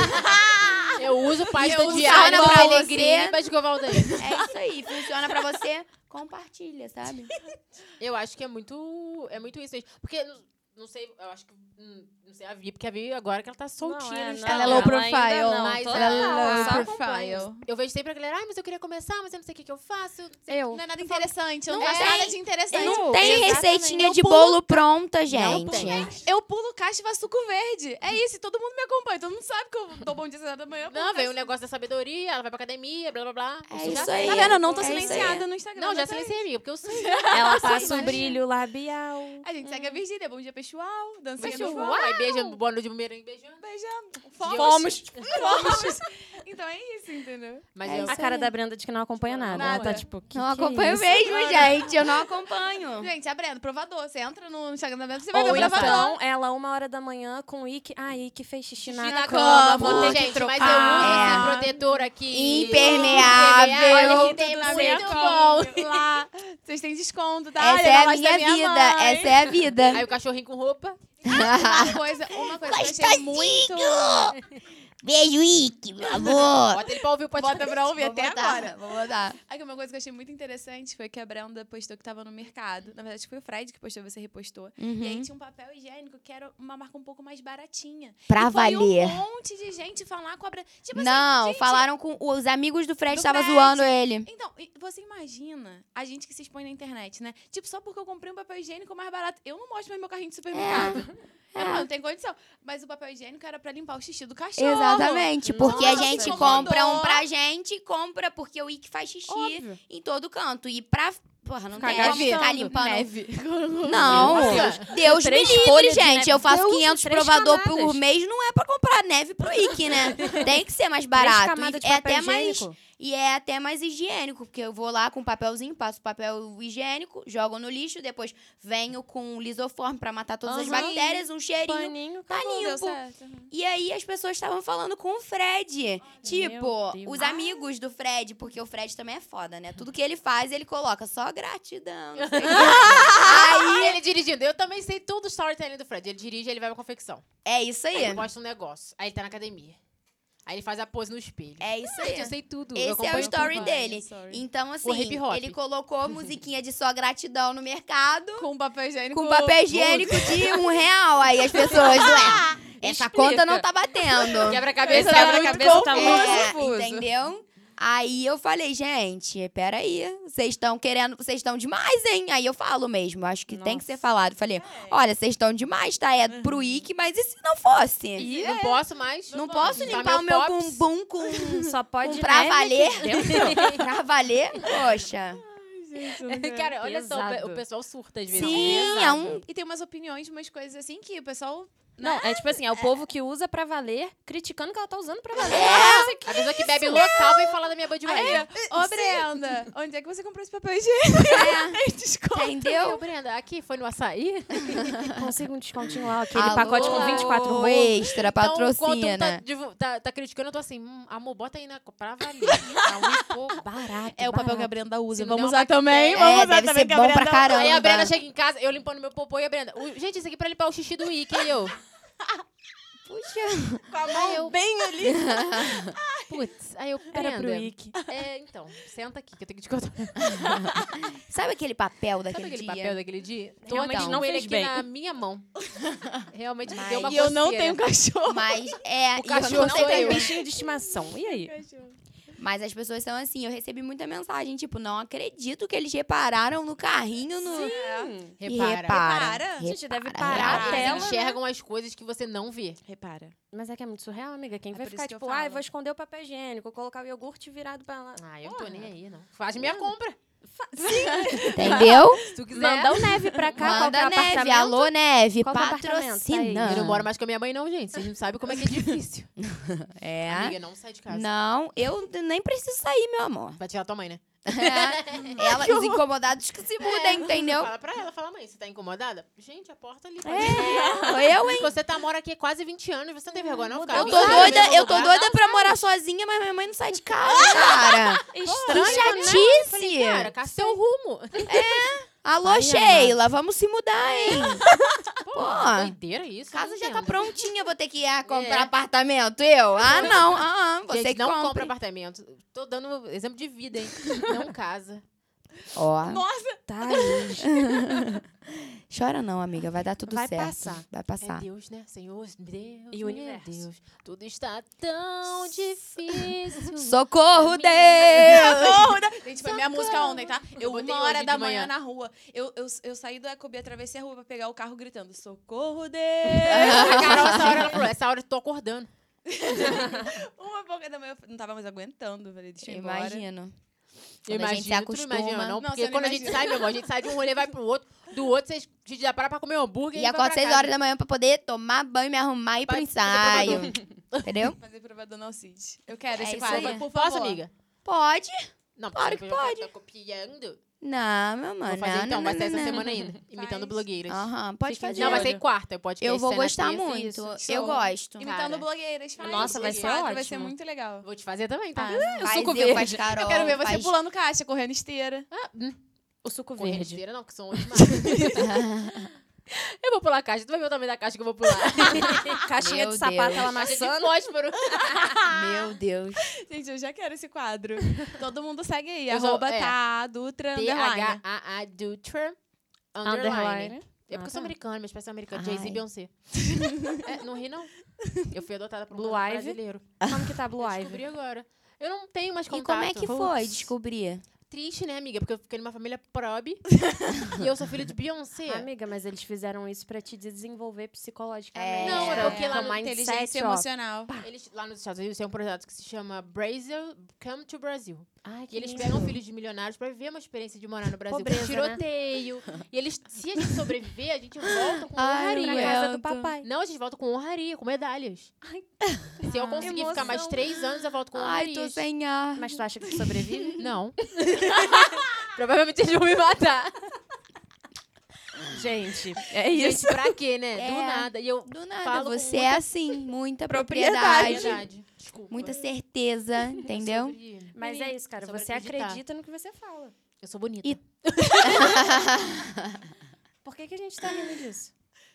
Eu uso pasta eu de uso alho pra pra você. alegria pra escovar o dente. É isso aí, funciona pra você, compartilha, sabe? Eu acho que é muito, é muito isso. Porque, não, não sei, eu acho que, hum, não sei a Vi, porque a Vi agora que ela tá soltinha é, no não, Instagram. Ela é low ainda profile, não, mas total, ela é eu low só profile. acompanho. Eu vejo sempre a galera, ai, mas eu queria começar, mas eu não sei o que, que eu faço. Eu. Não é nada interessante. Eu não, Não gosto tem. nada de interessante. Não tem exatamente. receitinha Eu de pulo- bolo pronta, gente. tem. Eu pulo caixa e faço suco verde. É isso, e todo mundo me acompanha. Todo mundo sabe que eu dou bom dia às da manhã. eu pulo Não, vem caixa. o negócio da sabedoria, ela vai pra academia, blá, blá, blá. É já isso sei. aí. Tá vendo? Eu não tô É isso aí. silenciada no Instagram. Não, já mas é silenciei, amiga, porque eu sei. Ela passa Sim, um brilho labial. A gente segue a Virgínia, bom dia pessoal, dancinha Beijo, no uau, aí beija, boa noite, bumerangue, beijando. beijando. Fomos. Fomos. Então é isso, entendeu? Mas É eu, isso A cara aí. da Brenda de que não acompanha nada. Ela Nada. tá tipo, que Não que é acompanho isso? mesmo, gente. Eu não acompanho. Gente, a Brenda, provador. Você entra no Instagram da Brenda, você vai Ou ver o provador. então, ela uma hora da manhã com o Ike. Ah, Ike fez xixi na, Xixi na cama. cama. Vou ter que gente, mas trocar. eu uso É. esse protetor aqui. Impermeável. Olha que tem Tudo muito certo. bom. Lá, vocês têm desconto, tá? Essa Olha, é na a loja minha da minha vida. mãe. Essa é a vida. Aí o cachorrinho com roupa. Uma coisa, uma coisa que eu achei muito... Beijo, Ike, meu amor. Bota ele pra ouvir o podcast. Bota pra ouvir Vou até botar, agora. Vou botar. Aí, uma coisa que eu achei muito interessante foi que a Brenda postou que tava no mercado. Na verdade, foi o Fred que postou, você repostou. E aí Uhum. tinha um papel higiênico que era uma marca um pouco mais baratinha. Pra e foi valer. um monte de gente falar com a Brenda. Tipo Não, assim, gente, falaram com... Os amigos do Fred Do estavam Fred. zoando ele. Então, e você imagina a gente que se expõe na internet, né? Tipo, só porque eu comprei um papel higiênico mais barato. Eu não mostro mais meu carrinho de supermercado. Eu não, não tem condição. Mas o papel higiênico era pra limpar o xixi do cachorro. Exatamente, porque a Nossa, gente que compra incomodou. um pra gente, compra porque o Ike faz xixi Óbvio. em todo canto. E pra... Porra, não tem Ficar como ficar gastando. limpando. Neve. Não, Nossa. Deus me Três livre, folhas de gente. neve. Eu faço Deus, quinhentos três provador por camadas. mês, não é pra comprar neve pro Ike, né? Tem que ser mais Três barato. camadas E de é papel até mais higiênico. E é até mais higiênico, porque eu vou lá com papelzinho, passo papel higiênico, jogo no lixo, depois venho com lisoforme pra matar todas as Aham. bactérias, um cheirinho. Paninho, Tá Não deu limpo. certo. Uhum. E aí as pessoas estavam falando com o Fred. Tipo, Deus. os amigos do Fred, porque o Fred também é foda, né? Tudo que ele faz, ele coloca só gratidão. não sei o quê. Aí ele dirigindo. Eu também sei tudo o storytelling do Fred. Ele dirige, ele vai pra confecção. É isso Aí aí. ele posta um negócio. Aí ele tá na academia. Aí ele faz a pose no espelho. É isso Gente, eu aí. sei tudo. eu Esse é o acompanho story tudo. dele. Story. Então, assim, hip hop. ele colocou musiquinha de só gratidão no mercado, Com papel higiênico. com papel higiênico de um real. Aí as pessoas, ué, essa Explica. conta não tá batendo. Quebra-cabeça Esse tá quebra-cabeça muito tá confuso. muito É, confuso. entendeu? Aí eu falei, gente, peraí, vocês estão querendo, vocês estão demais, hein? Aí eu falo mesmo, acho que tem que ser Nossa. falado. Falei, olha, vocês estão demais, tá? É pro I C, mas e se não fosse? E não posso mais. Não posso Tá limpar o meu pops. bumbum com, Só pode com pra neve valer? aqui dentro. Pra valer? Poxa. Cara, olha só, o pe- Pesado. o pessoal surta às vezes. Sim, Pesado. é um... E tem umas opiniões, umas coisas assim que o pessoal... Não, é tipo assim, é o povo que usa pra valer, criticando que ela tá usando pra valer. A pessoa que bebe local vem falar da minha Budweiser. Ô, Brenda, onde é que você comprou esse papel higiênico? É, Desculpa. entendeu? Ô, Brenda, aqui foi no açaí? Consigo um descontinho lá, aquele Alô, pacote com vinte e quatro roupas. extra, Então, quando tu patrocina. tá, divu- tá, tá criticando, eu tô assim, hum, amor, bota aí na, pra valer. Tá um e pouco. Barato, É o papel que a barato. Brenda usa. Se não Vamos der uma usar também. É, Vamos usar deve também ser que a bom Brenda pra caramba. Aí a Brenda chega em casa, eu limpando meu popô e a Brenda, "Ui, gente, isso aqui é pra limpar o xixi do Ike, e eu. Puxa. Com a Aí mão eu- bem ali. Putz, aí eu, Era pro Brenda, Ike. é, então, senta aqui que eu tenho que te contar. Sabe aquele papel Sabe daquele aquele dia? papel daquele dia? Tô Realmente aqui não com ele fez aqui bem. na minha mão. Realmente me Mas- deu uma E eu não coceira. tenho cachorro. Mas é... O e cachorro eu não sou tenho- Tem eu. bichinho de estimação. E aí? Mas as pessoas são assim, eu recebi muita mensagem, tipo, não acredito que eles repararam no carrinho no... Hum. E Repara. repara. Repara. Gente, deve repara, parar repara. a tela, Eles enxergam as coisas que você não vê. Repara. Mas é que é muito surreal, amiga. Quem É vai por ficar isso que eu tipo, falo. ah, vou esconder o papel higiênico, colocar o iogurte virado pra lá. Ah, eu não tô nem aí, não. Faz minha compra. Entendeu? Se tu quiser. Manda o Neve pra cá, Manda qualquer neve, apartamento. alô neve, Qual que é o apartamento? patrocina. Eu não moro mais com a minha mãe, não, gente. Vocês não sabem como é que é difícil. É. Amiga, não sai de casa. Não, eu nem preciso sair, meu amor. Vai tirar tua mãe, né? É, ela, os incomodados que se mudem, entendeu? Fala pra ela, fala, mãe, você tá incomodada? Gente, a porta ali. É, eu, hein? Você tá, mora aqui há quase vinte anos, você não tem vergonha, não? Ficar Eu vinte tô anos no doida, mesmo eu tô lugar? doida pra morar sozinha, mas minha mãe não sai de casa, cara. Estranho, Que né? chatice. Cara, caça seu rumo. Alô, Ai, Sheila, vamos se mudar, hein? Pô, Doideira isso. a casa eu já não tá entendo. prontinha, vou ter que ir ah, comprar É. apartamento, eu? Ah, não, ah, ah, você Gente, que não compra. compra apartamento. Tô dando exemplo de vida, hein? Não casa. Ó, Nossa. Tá aí. chora não, amiga, vai dar tudo Vai certo. passar. Vai É passar. Deus, né? Senhor, Deus, E meu o universo. Deus. Tudo está tão difícil. Socorro, Amiga. Deus! Socorro, né? Gente, foi minha música ontem, tá? Eu, botei uma hora hoje da de manhã manhã. na rua. Eu, eu, eu saí do Ecobi, atravessei a rua pra pegar o carro gritando: Socorro, Deus! A Carol, essa hora, ela falou, essa hora eu tô acordando. Uma pouca da manhã, eu não tava mais aguentando. Falei, deixa eu ir embora. Imagino. Eu Quando a gente se imagino, tu não imagina, acostuma. não? Não, Porque você não quando a gente imagina. sai, meu amor, a gente sai de um rolê, vai pro outro. Do outro, vocês, a gente já para pra comer um hambúrguer E vai acordo pra seis casa. horas da manhã pra poder tomar banho, me arrumar e ir pro Vai ensaio. fazer Entendeu? Fazer provador no Alcide. Eu quero É esse isso quadro, aí. por Posso, favor. amiga? Pode? Não, Claro porque que eu já pode. tô copiando. Não, meu mano. Vou fazer não, então, não, vai não, sair essa não, semana não. ainda. Imitando Faz. blogueiras. Aham, pode Fiquem de fazer. Não, vai olho. sair quarta. O podcast Eu vou sai na gostar terça, muito. isso. Eu Show. gosto. Imitando Cara. blogueiras. Faz. Nossa, vai Esse ser quadro Vai ótimo. ser muito legal. Vou te fazer também, tá? Ah, o faz suco eu, verde. faz Carol, Eu quero ver você faz- pulando caixa, correndo esteira. Ah, hum. O suco Correndo verde. esteira não, que são demais. Eu vou pular a caixa. Tu vai ver o tamanho da caixa que eu vou pular. Caixinha Meu de sapato, Deus. ela Caixa de amassando. fósforo. Meu Deus. Gente, eu já quero esse quadro. Todo mundo segue aí. Eu sou- Arroba é. tá, Dutra, T underline. H A A Dutra underline. Underline. É porque eu sou Ah, tá. americana, meus pais são americanos. Jay-Z e Ai. Beyoncé. É, não ri, não. Eu fui adotada por um Blue casal Ivy. brasileiro. Como que tá Blue Eu Ivy? descobri agora. Eu não tenho mais E contato. como é que foi Putz. descobrir? Triste, né, amiga? Porque eu fiquei numa família probe. E eu sou filho de Beyoncé. Amiga, mas eles fizeram isso pra te desenvolver psicologicamente. Não, é pra porque lá teu no mindset, Inteligência ó. emocional. Eles, lá nos Estados Unidos, tem um projeto que se chama Brazil Come to Brasil. Ai, que E eles lindo. pegam filhos de milionários pra viver uma experiência de morar no Brasil. Pobreza, com tiroteio. E eles, se a gente sobreviver, a gente volta com Ai, honraria. Pra casa do Aguento. papai. Não, a gente volta com honraria, com medalhas. Se eu conseguir ficar mais emoção. três anos, eu volto com Ai, honrarias. tô sem ar. Mas tu acha que tu sobrevive? Não. Provavelmente eles vão me matar. Gente, é isso. Gente, pra quê, né? Do É. nada. E eu Do nada, falo com você muita é assim. Muita propriedade. propriedade. verdade. Desculpa. Muita certeza, entendeu? Sobre- Mas é isso, cara. sobre Você acreditar. acredita no que você fala. Eu sou bonita. E- Por que, que a gente tá rindo disso?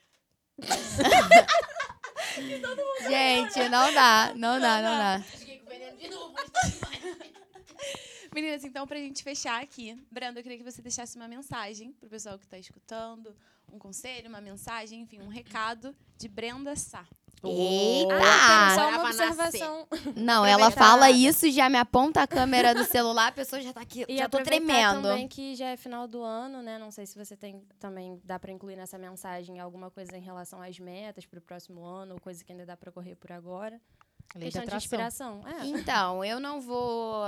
Gente, não dá. Não dá, não dá. Fiquei com veneno de novo. Meninas, então, pra gente fechar aqui, Brenda, eu queria que você deixasse uma mensagem pro pessoal que tá escutando, um conselho, uma mensagem, enfim, um recado de Brenda Sá. Eita! Ah, só Morava uma na observação. Não, ela Aproveitar. fala isso, já me aponta a câmera do celular, a pessoa já tá aqui, E já tô aproveitar tremendo. também que já é final do ano, né? Não sei se você tem também dá pra incluir nessa mensagem alguma coisa em relação às metas pro próximo ano, ou coisa que ainda dá pra correr por agora. Lei da Questão de atração. inspiração. É. Então, eu não vou...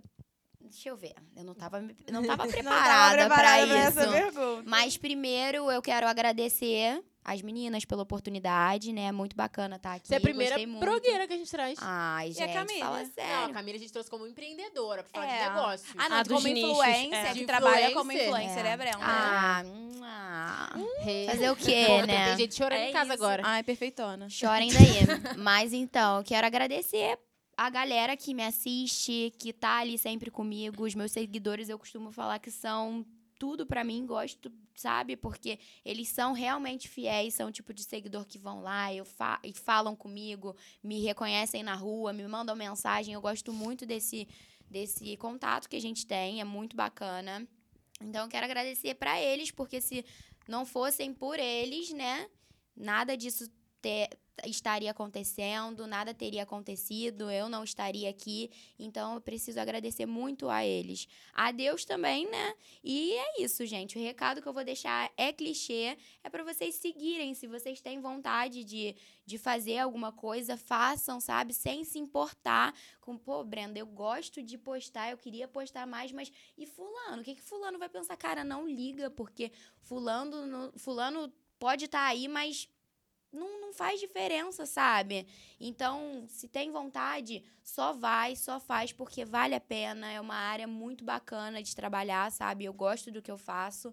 Deixa eu ver. Eu não tava, me- não tava Não preparada, tava preparada pra pra isso. essa pergunta. Mas primeiro eu quero agradecer as meninas pela oportunidade, né? Muito bacana estar aqui. Você é a primeira gostei muito. blogueira que a gente traz. Ai, E a gente, Camila? fala Não, a sério. Camila a gente trouxe como empreendedora pra falar É. de negócio. Ah, não, Ah, como dos nichos, influência, é. que De trabalha como influencer. influencer, é, a Brenda. Ah, hum, ah. Re- Fazer o quê, Pô, né? Tem gente chorando É em casa isso. agora. Ai, perfeitona. Chorem daí. Mas então, eu quero agradecer a galera que me assiste, que tá ali sempre comigo. Os meus seguidores, eu costumo falar que são tudo pra mim, gosto, sabe? Porque eles são realmente fiéis, são o tipo de seguidor que vão lá eu fa e falam comigo, me reconhecem na rua, me mandam mensagem. Eu gosto muito desse, desse contato que a gente tem, é muito bacana. Então, eu quero agradecer pra eles, porque se não fossem por eles, né, nada disso ter, estaria acontecendo, nada teria acontecido, eu não estaria aqui. Então, eu preciso agradecer muito a eles. A Deus também, né? E é isso, gente. O recado que eu vou deixar é clichê, é para vocês seguirem. Se vocês têm vontade de, de fazer alguma coisa, façam, sabe? Sem se importar com, pô, Brenda, eu gosto de postar, eu queria postar mais, mas e fulano? O que que fulano vai pensar? Cara, não liga, porque fulano, no- fulano pode estar aí, mas não, não faz diferença, sabe? Então, se tem vontade, só vai, só faz, porque vale a pena. É uma área muito bacana de trabalhar, sabe? Eu gosto do que eu faço.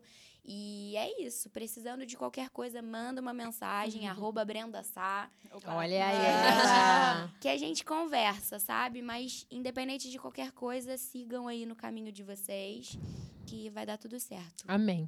E é isso. Precisando de qualquer coisa, manda uma mensagem, arroba Brenda Sá. Olha aí. Ah. Que a gente conversa, sabe? Mas, independente de qualquer coisa, sigam aí no caminho de vocês, que vai dar tudo certo. Amém.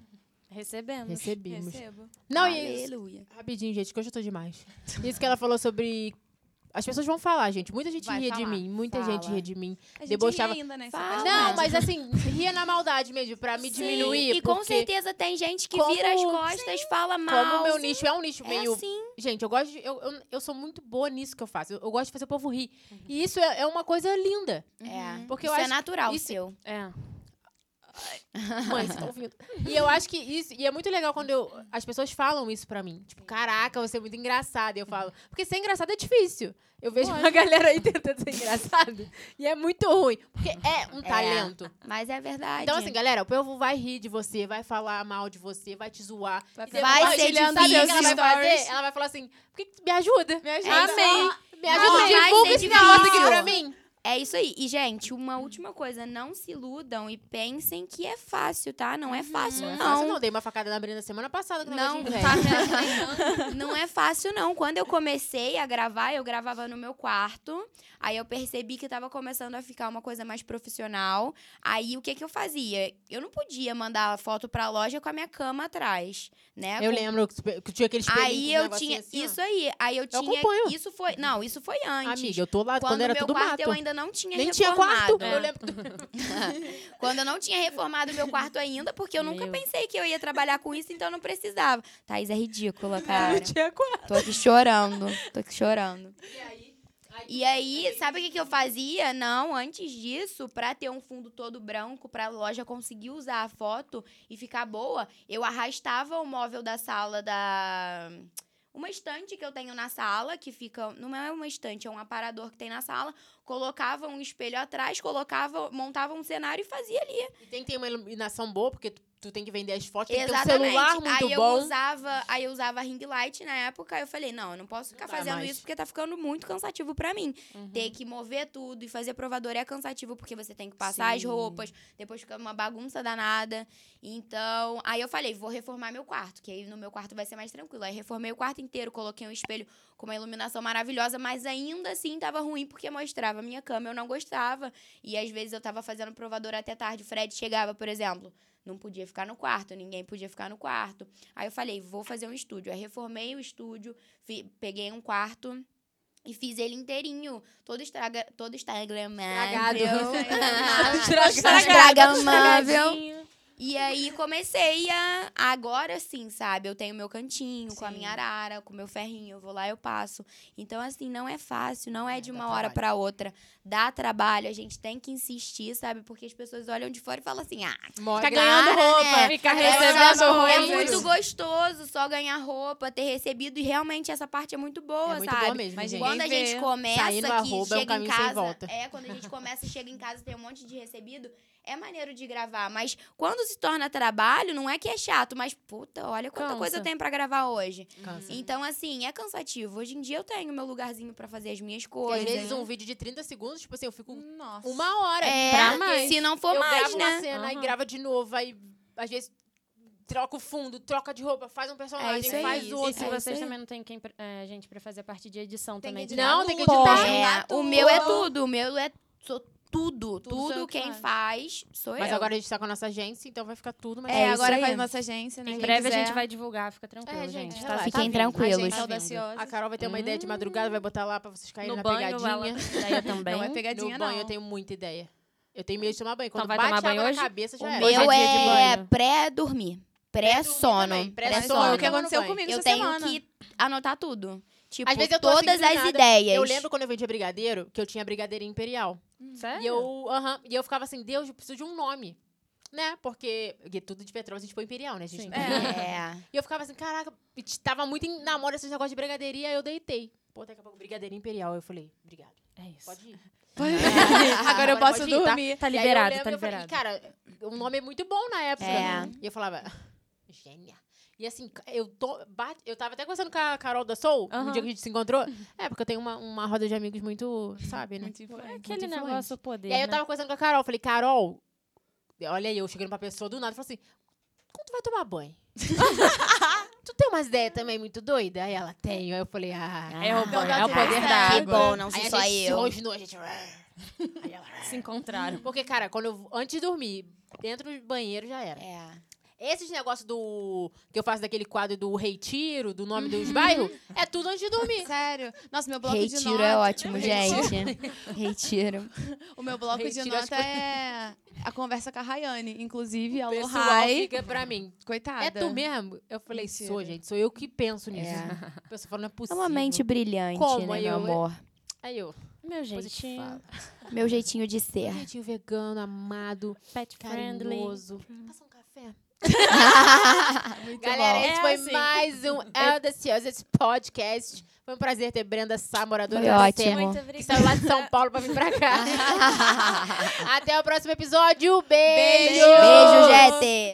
Recebemos. Recebemos. Recebo. Não, e isso, Aleluia. rapidinho, gente, que hoje eu tô demais. Isso que ela falou sobre... As pessoas vão falar, gente. Muita gente Vai ria de falar. mim. Muita Fala. gente ria de mim. A gente Debochava. ri ainda, né? Fala. Não, mas assim, ria na maldade mesmo, pra me Sim, diminuir. e com porque certeza tem gente que como- vira as costas, fala mal. Como o meu nicho é um nicho é meio... assim. Gente, eu gosto de, eu, eu, eu sou muito boa nisso que eu faço. Eu, eu gosto de fazer o povo rir. E isso é, é uma coisa linda. É. Porque isso eu é acho natural isso- seu. É. Mãe, você tá ouvindo? E eu acho que isso... E é muito legal quando eu, as pessoas falam isso pra mim. Tipo, caraca, você é muito engraçada. E eu falo... Porque ser engraçado é difícil. Eu vejo uma galera aí tentando ser engraçado. E é muito ruim. Porque é um talento. Mas é verdade. Então, assim, galera, o povo vai rir de você, vai falar mal de você, vai te zoar. Vai E ficar Vai depois, ser sabe o que ela vai difícil. fazer? Ela vai falar assim, por que que tu me ajuda? Me ajuda. É isso Amém. aí. Me ajuda, Não, vai divulga ser esse negócio aqui difícil. pra mim. É isso aí. E, gente, uma última coisa. Não se iludam e pensem que é fácil, tá? Não é fácil, Não é não. fácil, não. Dei uma facada na Brenda semana passada com o Não, negócio de tá inveja. Não é fácil, não. Quando eu comecei a gravar, eu gravava no meu quarto. Aí eu percebi que tava começando a ficar uma coisa mais profissional. Aí o que que eu fazia? Eu não podia mandar foto pra loja com a minha cama atrás, né? Eu Com- lembro que tinha aquele espelhinho Aí com um eu negocinho tinha. assim, ó. Isso aí. Aí eu tinha. acompanho. Isso foi. Não, isso foi antes. Amiga, eu tô lá quando, Quando era o meu tudo quarto mato. eu ainda não tinha Nem reformado. tinha quarto. É. Eu lembro. Quando eu não tinha reformado meu quarto ainda, porque eu nunca Meu. pensei que eu ia trabalhar com isso, então eu não precisava. Thaís é ridícula, cara. Não tinha quarto. Tô aqui chorando. Tô aqui chorando. E aí? E aí, sabe o que, que eu fazia? Não, antes disso, pra ter um fundo todo branco, pra loja conseguir usar a foto e ficar boa, eu arrastava o móvel da sala da... Uma estante que eu tenho na sala, que fica... Não é uma estante, é um aparador que tem na sala. Colocava um espelho atrás, colocava, montava um cenário e fazia ali. E tem que ter uma iluminação boa, porque tu, tu tem que vender as fotos, tem que ter um Exatamente. celular muito aí eu bom. usava, aí eu usava ring light na época, aí eu falei, não, eu não posso ficar Não dá fazendo mais. isso porque tá ficando muito cansativo pra mim. Uhum. Ter que mover tudo e fazer provador é cansativo porque você tem que passar as Sim. roupas, depois fica uma bagunça danada. Então, aí eu falei, vou reformar meu quarto, que aí no meu quarto vai ser mais tranquilo. Aí reformei o quarto inteiro, coloquei um espelho com uma iluminação maravilhosa, mas ainda assim tava ruim porque mostrava a minha cama, eu não gostava. E às vezes eu tava fazendo provador até tarde, o Fred chegava, por exemplo, não podia ficar no quarto, ninguém podia ficar no quarto. Aí eu falei, vou fazer um estúdio. Aí reformei o estúdio, fi- peguei um quarto e fiz ele inteirinho, todo estraga, todo instagramável. Estragado. Estragamável. E aí comecei a... Agora sim, sabe? Eu tenho meu cantinho, com a Sim. minha arara, com o meu ferrinho. Eu vou lá, eu passo. Então, assim, não é fácil. Não é, É, de dá uma hora trabalho. pra outra. Dá trabalho. A gente tem que insistir, sabe? Porque as pessoas olham de fora e falam assim... Ah, Fica ganhando roupa, Fica é, recebendo só- roupa. é muito gostoso só ganhar roupa, ter recebido. E realmente essa parte é muito boa, É muito sabe? boa mesmo, Mas gente. Quando a Ninguém gente vê. começa, Sair no que arroba é um chega em caminho sem casa... volta. É, quando a gente começa, chega em casa, tem um monte de recebido, é maneiro de gravar. Mas quando se torna trabalho, não é que é chato, mas, puta, olha quanta Cansa. coisa tem pra gravar hoje. Cansa. Então, assim, é cansativo. Hoje em dia eu tenho meu lugarzinho pra fazer as minhas Porque às coisas. vezes um vídeo de trinta segundos, tipo assim, eu fico Nossa. uma hora. É, pra mais. se não for eu mais, gravo né? uma cena e Aham. grava de novo, aí às vezes troca o fundo, troca de roupa, faz um personagem, isso aí, faz isso outro. E se É vocês isso aí. também não tem quem, pra- é, gente pra fazer a parte de edição Tem também. que de editar Não, tem que tudo. editar. É, tudo. o meu é tudo. O meu é sou tudo. Tudo Tudo, sou eu que quem faço. faz sou Mas eu. agora a gente tá com a nossa agência, então vai ficar tudo mais É, É isso agora aí. faz nossa agência, né? Em Quem breve a quiser. gente vai divulgar, fica tranquilo, É, gente. gente, Tá, relaxa. tá Fiquem vindo. tranquilos. Agência Tá vindo. audaciosa. A Carol vai ter uma ideia de madrugada, vai botar lá pra vocês caírem No na banho, pegadinha. ela ideia também. Não é No pegadinha, banho não. eu tenho muita ideia. Eu tenho medo de tomar banho. Quando Então vai bate tomar banho água hoje? na cabeça, já O era. meu Hoje é dia de é banho. pré-dormir. Pré-sono. também. Mas Pré-sono. foi o eu que tomo no aconteceu banho. comigo Eu essa tenho semana. que anotar tudo. Tipo, Às vezes eu tô assim, todas do as nada. ideias. Eu lembro quando eu vendia brigadeiro, que eu tinha brigadeirinha imperial. Sério? E eu, aham, e eu ficava assim, Deus, eu preciso de um nome. Né? Porque, porque tudo de Petrópolis a gente põe imperial, né? A gente Sim. não- É. E eu ficava assim, caraca, e t- tava muito em namoro esses negócios de brigadeiria, aí eu deitei. Pô, daqui a pouco brigadeirinha imperial. Eu falei, obrigado. É isso. Pode ir. Agora eu posso pode ir, tá? dormir. Tá E aí eu liberado, lembro, tá eu falei, liberado. cara, o nome é muito bom na época. É. né? E eu falava, gênia. E assim, eu tô. bate- eu tava até conversando com a Carol da Soul, Aham. no dia que a gente se encontrou. É, porque eu tenho uma, uma roda de amigos muito, sabe, né? Muito influente. Aquele muito influente. negócio poder, E aí eu né? tava conversando com a Carol, falei, Carol, olha aí, eu chegando pra pessoa do nada, falei assim, quando tu vai tomar banho? Tu tem umas ideias também muito doidas? Aí ela, tenho. Aí eu falei, ah... É o, Então banho, dá é o tudo poder certo. da Que água. bom, não Aí sou a só gente se eu. rosnou, a gente... Aí ela... Se encontraram. Porque, cara, quando eu, antes de dormir, dentro do banheiro já era. É. Esses negócios do... Que eu faço daquele quadro do retiro, do nome dos bairros, é tudo antes de dormir. Sério. Nossa, meu bloco de Retiro nota... é ótimo, gente. Retiro. O meu bloco de Retiro as nota é a conversa com a Rayane. Inclusive, O alô, pessoal Rai. fica pra mim. Coitada. É tu mesmo? Eu falei, Mentira. sou, gente. Sou eu que penso nisso. É. A pessoa fala, não é É possível. uma mente brilhante, Como? né, Aí meu eu- amor? Aí eu, Meu depois eu te jeitinho. falo. Meu jeitinho de ser. Um jeitinho vegano, amado, Pet friendly. carinhoso. Passa um café. Muito Galera, bom. esse É foi assim. mais um Audaciosos Podcast. Foi um prazer ter Brenda Sá, moradora Foi da ótimo. Serra, Muito que obrigada. saiu lá de São Paulo pra vir pra cá. Até o próximo episódio. Beijo! Beijo. Beijo, Jete!